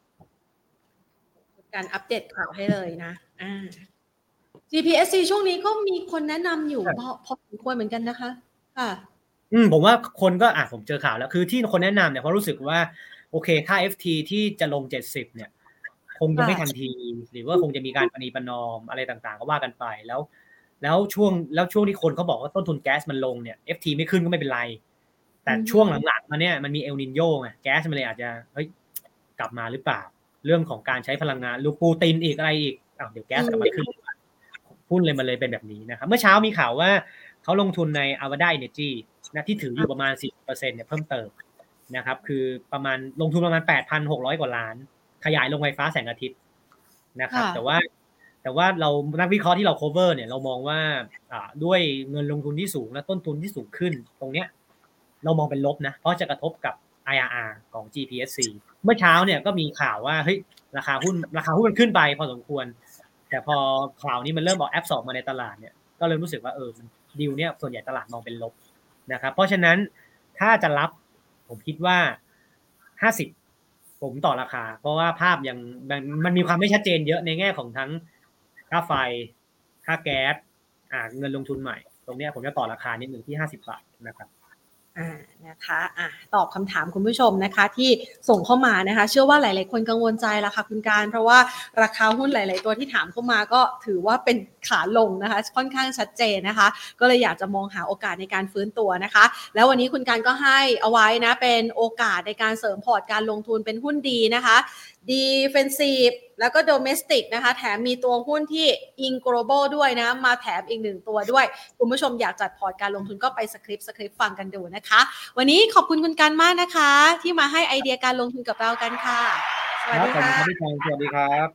การอัปเดตข่าวให้เลยนะอ่า จี พี เอส ซี ช่วงนี้ก็มีคนแนะนำอยู่พอพอสมควรเหมือนกันนะคะค่ะอืมผมว่าคนก็อ่ะผมเจอข่าวแล้วคือที่คนแนะนำเนี่ยเพราะรู้สึกว่าโอเคค่า เอฟ ที ที่จะลงเจ็ดสิบเนี่ยคงจะไม่ทันทีหรือว่าคงจะมีการประนีประนอมอะไรต่างๆก็ว่ากันไปแล้วแล้วช่วงแล้วช่วงที่คนเขาบอกว่าต้นทุนแก๊สมันลงเนี่ย เอฟ ที ไม่ขึ้นก็ไม่เป็นไรแต่ช่วงหลังๆมาเนี่ยมันมีเอลนินโญไงแก๊สมันเลยอาจจะเฮ้ยกลับมาหรือเปล่าเรื่องของการใช้พลังงานลูปูตินอีกอะไรอีกอ้าวเดี๋ยวแก๊สกลับมาขึ้นหุ้นเลยมันเลยเป็นแบบนี้นะครับเมื่อเช้ามีข่าวว่าเขาลงทุนใน Avada Energy นะที่ถืออยู่ประมาณ สี่สิบเปอร์เซ็นต์ เนี่ยเพิ่มเติมนะครับคือประมาณลงทุนประมาณ แปดพันหกร้อย กว่าล้านขยายโรงไฟฟ้าแสงอาทิตย์นะครับแต่ว่าแต่ว่าเรานักวิเคราะห์ที่เรา cover เนี่ยเรามองว่าอ่าด้วยเงินลงทุนที่สูงและต้นทุนที่สูงขึ้นตรงเนี้ยเรามองเป็นลบนะเพราะจะกระทบกับ ไอ อาร์ อาร์ ของ จี พี เอส ซี เมื่อเช้าเนี่ยก็มีข่าวว่าเฮ้ยราคาหุ้นราคาหุ้นมันขึ้นไปพอสมควรแต่พอข่าวนี้มันเริ่มออกแอปสอบมาในตลาดเนี่ยก็เลยรู้สึกว่าเออดีลเนี่ยส่วนใหญ่ตลาดมองเป็นลบนะครับเพราะฉะนั้นถ้าจะรับผมคิดว่าห้าสิบผมต่อราคาเพราะว่าภาพยังมันมีความไม่ชัดเจนเยอะในแง่ของทั้งค่าไฟค่าแก๊สอ่าเงินลงทุนใหม่ตรงนี้ผมจะต่อราคานิดนึงที่ห้าสิบบาทนะครับอ่านะคะอ่ะตอบคำถามคุณผู้ชมนะคะที่ส่งเข้ามานะคะเชื่อว่าหลายๆคนกังวลใจแล้วค่ะคุณการเพราะว่าราคาหุ้นหลายๆตัวที่ถามเข้ามาก็ถือว่าเป็นขาลงนะคะค่อนข้างชัดเจนนะคะก็เลยอยากจะมองหาโอกาสในการฟื้นตัวนะคะแล้ววันนี้คุณการก็ให้เอาไว้นะเป็นโอกาสในการเสริมพอร์ตการลงทุนเป็นหุ้นดีนะคะDefensive แล้วก็ Domestic นะคะแถมมีตัวหุ้นที่ In Global ด้วยนะมาแถมอีกหนึ่งตัวด้วยคุณผู้ชมอยากจัดพอร์ตการลงทุนก็ไปสคริปต์สคริปต์ฟังกันดูนะคะวันนี้ขอบคุณคุณกันมากนะคะที่มาให้ไอเดียการลงทุนกับเรากันค่ะสวัสดีค่ะสวัสดีครับพี่ชายสวัสดีครับ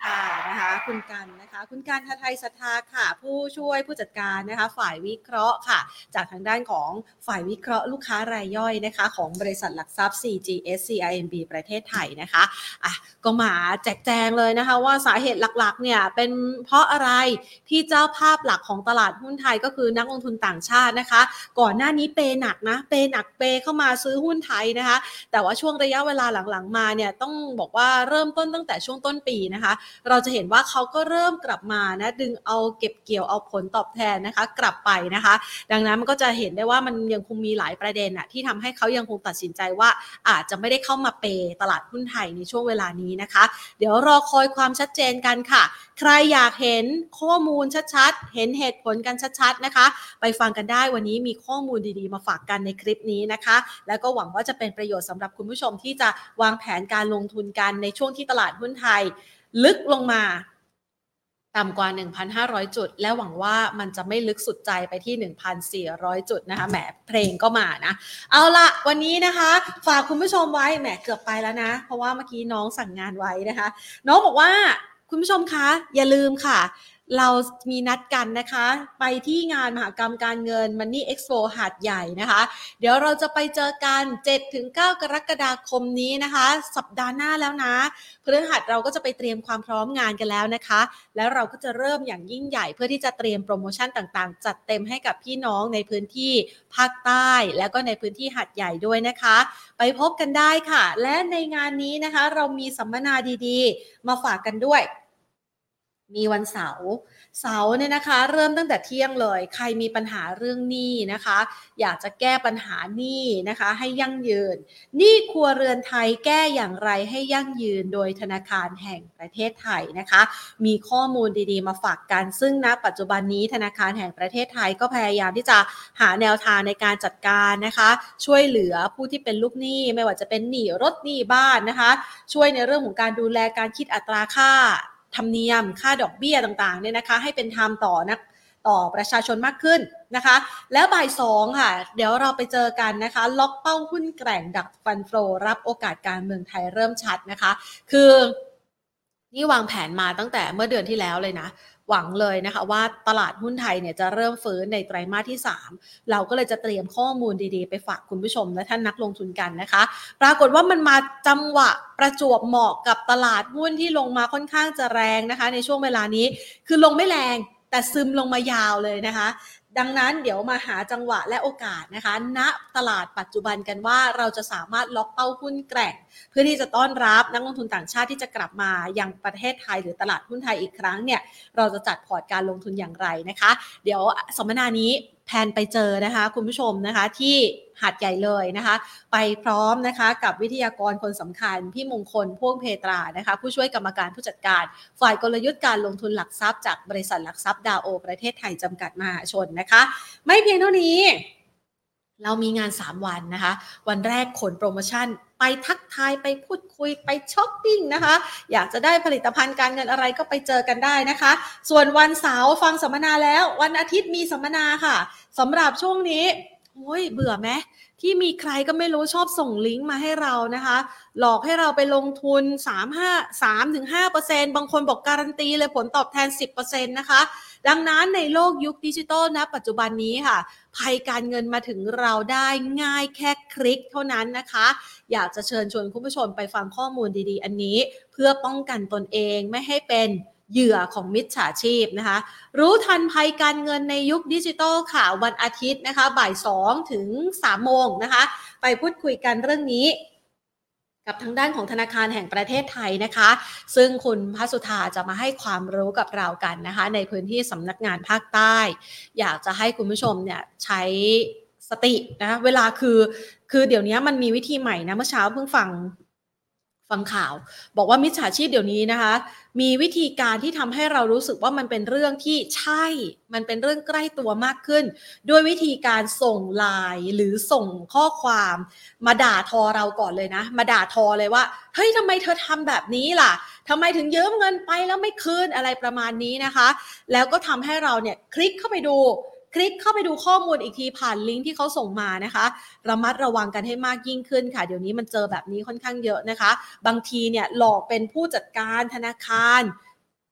ค่ะนะคะคุณกันนะคะคุณกันทไทยศรัทธาค่ะผู้ช่วยผู้จัดการนะคะฝ่ายวิเคราะห์ค่ะจากทางด้านของฝ่ายวิเคราะห์ลูกค้ารายย่อยนะคะของบริษัทหลักทรัพย์ ซี จี เอส ซี ไอ เอ็ม บี ประเทศไทยนะคะอ่ะก็มาแจกแจงเลยนะคะว่าสาเหตุหลักๆเนี่ยเป็นเพราะอะไรที่เจ้าภาพหลักของตลาดหุ้นไทยก็คือนักลงทุนต่างชาตินะคะก่อนหน้านี้เปหนักนะเปหนักเปเข้ามาซื้อหุ้นไทยนะคะแต่ว่าช่วงระยะเวลาหลังๆมาเนี่ยต้องบอกว่าเริ่มต้นตั้งแต่ช่วงต้นปีนะคะเราจะเห็นว่าเขาก็เริ่มกลับมานะดึงเอาเก็บเกี่ยวเอาผลตอบแทนนะคะกลับไปนะคะดังนั้นมันก็จะเห็นได้ว่ามันยังคงมีหลายประเด็นอะที่ทำให้เขายังคงตัดสินใจว่าอาจจะไม่ได้เข้ามาเปตลาดหุ้นไทยในช่วงเวลานี้นะคะเดี๋ยวรอคอยความชัดเจนกันค่ะใครอยากเห็นข้อมูลชัดๆเห็นเหตุผลกันชัดๆนะคะไปฟังกันได้วันนี้มีข้อมูลดีๆมาฝากกันในคลิปนี้นะคะแล้วก็หวังว่าจะเป็นประโยชน์สำหรับคุณผู้ชมที่จะวางแผนการลงทุนกันในช่วงที่ตลาดหุ้นไทยลึกลงมาต่ำกว่า หนึ่งพันห้าร้อย จุดและหวังว่ามันจะไม่ลึกสุดใจไปที่ หนึ่งพันสี่ร้อย จุดนะคะแหมเพลงก็มานะเอาละวันนี้นะคะฝากคุณผู้ชมไว้แหมเกือบไปแล้วนะเพราะว่าเมื่อกี้น้องสั่งงานไว้นะคะน้องบอกว่าคุณผู้ชมคะอย่าลืมค่ะเรามีนัดกันนะคะไปที่งานมหกรรมการเงิน Money Expo หาดใหญ่นะคะเดี๋ยวเราจะไปเจอกัน เจ็ดถึงเก้า กรกฎาคมนี้นะคะสัปดาห์หน้าแล้วนะพฤหัสเราก็จะไปเตรียมความพร้อมงานกันแล้วนะคะแล้วเราก็จะเริ่มอย่างยิ่งใหญ่เพื่อที่จะเตรียมโปรโมชั่นต่างๆจัดเต็มให้กับพี่น้องในพื้นที่ภาคใต้แล้วก็ในพื้นที่หาดใหญ่ด้วยนะคะไปพบกันได้ค่ะและในงานนี้นะคะเรามีสัมมนาดีๆมาฝากกันด้วยมีวันเสาร์เสาร์เนี่ยนะคะเริ่มตั้งแต่เที่ยงเลยใครมีปัญหาเรื่องหนี้นะคะอยากจะแก้ปัญหาหนี้นะคะให้ยั่งยืนหนี้ครัวเรือนไทยแก้อย่างไรให้ยั่งยืนโดยธนาคารแห่งประเทศไทยนะคะมีข้อมูลดีๆมาฝากกันซึ่งณปัจจุบันนี้ธนาคารแห่งประเทศไทยก็พยายามที่จะหาแนวทางในการจัดการนะคะช่วยเหลือผู้ที่เป็นลูกหนี้ไม่ว่าจะเป็นหนี้รถหนี้บ้านนะคะช่วยในเรื่องของการดูแลการคิดอัตราค่าธรรมเนียมค่าดอกเบี้ยต่างๆเนี่ยนะคะให้เป็นธรรมต่อนักต่อประชาชนมากขึ้นนะคะแล้วบ่ายสองค่ะเดี๋ยวเราไปเจอกันนะคะล็อกเป้าหุ้นแกร่งดักฟันโฟรับโอกาสการเมืองไทยเริ่มชัดนะคะคือนี่วางแผนมาตั้งแต่เมื่อเดือนที่แล้วเลยนะหวังเลยนะคะว่าตลาดหุ้นไทยเนี่ยจะเริ่มฟื้นในไตรมาสที่สามเราก็เลยจะเตรียมข้อมูลดีๆไปฝากคุณผู้ชมและท่านนักลงทุนกันนะคะปรากฏว่ามันมาจังหวะประจวบเหมาะกับตลาดหุ้นที่ลงมาค่อนข้างจะแรงนะคะในช่วงเวลานี้คือลงไม่แรงแต่ซึมลงมายาวเลยนะคะดังนั้นเดี๋ยวมาหาจังหวะและโอกาสนะคะณตลาดปัจจุบันกันว่าเราจะสามารถล็อกเป้าหุ้นแกร่งเพื่อที่จะต้อนรับนักลงทุนต่างชาติที่จะกลับมายังประเทศไทยหรือตลาดหุ้นไทยอีกครั้งเนี่ยเราจะจัดพอร์ตการลงทุนอย่างไรนะคะเดี๋ยวสัมมนานี้แพนไปเจอนะคะคุณผู้ชมนะคะที่หาดใหญ่เลยนะคะไปพร้อมนะคะกับวิทยากรคนสำคัญพี่มงคลพ่วงเพตรานะคะผู้ช่วยกรรมการผู้จัดการฝ่ายกลยุทธ์การลงทุนหลักทรัพย์จากบริษัทหลักทรัพย์ดาวโอประเทศไทยจำกัดมหาชนนะคะไม่เพียงเท่านี้เรามีงานสามวันนะคะวันแรกขนโปรโมชั่นไปทักทายไปพูดคุยไปช้อปปิ้งนะคะอยากจะได้ผลิตภัณฑ์การเงินอะไรก็ไปเจอกันได้นะคะส่วนวันเสาร์ฟังสัมมนาแล้ววันอาทิตย์มีสัมมนาค่ะสำหรับช่วงนี้โอ้ยเบื่อไหมที่มีใครก็ไม่รู้ชอบส่งลิงก์มาให้เรานะคะหลอกให้เราไปลงทุน สาม ห้า สามถึงห้าเปอร์เซ็นต์ บางคนบอกการันตีเลยผลตอบแทน สิบเปอร์เซ็นต์ นะคะดังนั้นในโลกยุคดิจิทัลนะปัจจุบันนี้ค่ะภัยการเงินมาถึงเราได้ง่ายแค่คลิกเท่านั้นนะคะอยากจะเชิญชวนคุณผู้ชมไปฟังข้อมูลดีๆอันนี้เพื่อป้องกันตนเองไม่ให้เป็นเหยื่อของมิจฉาชีพนะคะรู้ทันภัยการเงินในยุคดิจิทัลค่ะวันอาทิตย์นะคะบ่ายสองถึงสามโมงนะคะไปพูดคุยกันเรื่องนี้กับทางด้านของธนาคารแห่งประเทศไทยนะคะซึ่งคุณพสุธาจะมาให้ความรู้กับเรากันนะคะในพื้นที่สำนักงานภาคใต้อยากจะให้คุณผู้ชมเนี่ยใช้สตินะเวลาคือคือเดี๋ยวนี้มันมีวิธีใหม่นะเมื่อเช้าเพิ่งฟังฟังข่าวบอกว่ามิจฉาชีพเดี๋ยวนี้นะคะมีวิธีการที่ทำให้เรารู้สึกว่ามันเป็นเรื่องที่ใช่มันเป็นเรื่องใกล้ตัวมากขึ้นด้วยวิธีการส่งไลน์หรือส่งข้อความมาด่าทอเราก่อนเลยนะมาด่าทอเลยว่าเฮ้ยทำไมเธอทำแบบนี้ล่ะทำไมถึงยืมเงินไปแล้วไม่คืนอะไรประมาณนี้นะคะแล้วก็ทำให้เราเนี่ยคลิกเข้าไปดูคลิกเข้าไปดูข้อมูลอีกทีผ่านลิงก์ที่เขาส่งมานะคะระมัดระวังกันให้มากยิ่งขึ้นค่ะเดี๋ยวนี้มันเจอแบบนี้ค่อนข้างเยอะนะคะบางทีเนี่ยหลอกเป็นผู้จัดการธนาคาร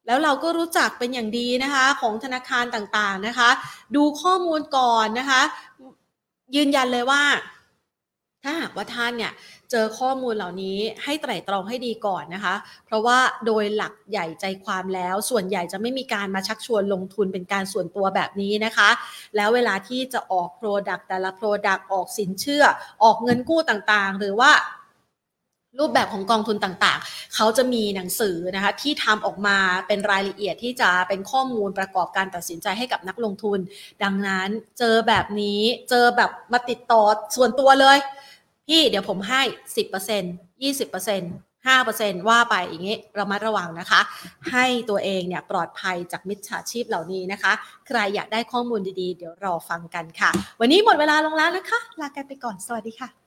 แล้วเราก็รู้จักเป็นอย่างดีนะคะของธนาคารต่างๆนะคะดูข้อมูลก่อนนะคะยืนยันเลยว่าถ้าหากว่าท่านเนี่ยเจอข้อมูลเหล่านี้ให้ไตร่ตรองให้ดีก่อนนะคะเพราะว่าโดยหลักใหญ่ใจความแล้วส่วนใหญ่จะไม่มีการมาชักชวนลงทุนเป็นการส่วนตัวแบบนี้นะคะแล้วเวลาที่จะออก Product แต่ละ Product ออกสินเชื่อออกเงินกู้ต่างๆหรือว่ารูปแบบของกองทุนต่างๆเขาจะมีหนังสือนะคะที่ทำออกมาเป็นรายละเอียดที่จะเป็นข้อมูลประกอบการตัดสินใจให้กับนักลงทุนดังนั้นเจอแบบนี้เจอแบบมาติดต่อส่วนตัวเลยพี่เดี๋ยวผมให้ สิบเปอร์เซ็นต์ ยี่สิบเปอร์เซ็นต์ ห้าเปอร์เซ็นต์ ว่าไปอย่างงี้ระมัดระวังนะคะให้ตัวเองเนี่ยปลอดภัยจากมิจฉาชีพเหล่านี้นะคะใครอยากได้ข้อมูลดีๆเดี๋ยวรอฟังกันค่ะวันนี้หมดเวลาลงแล้วนะคะลากันไปก่อนสวัสดีค่ะ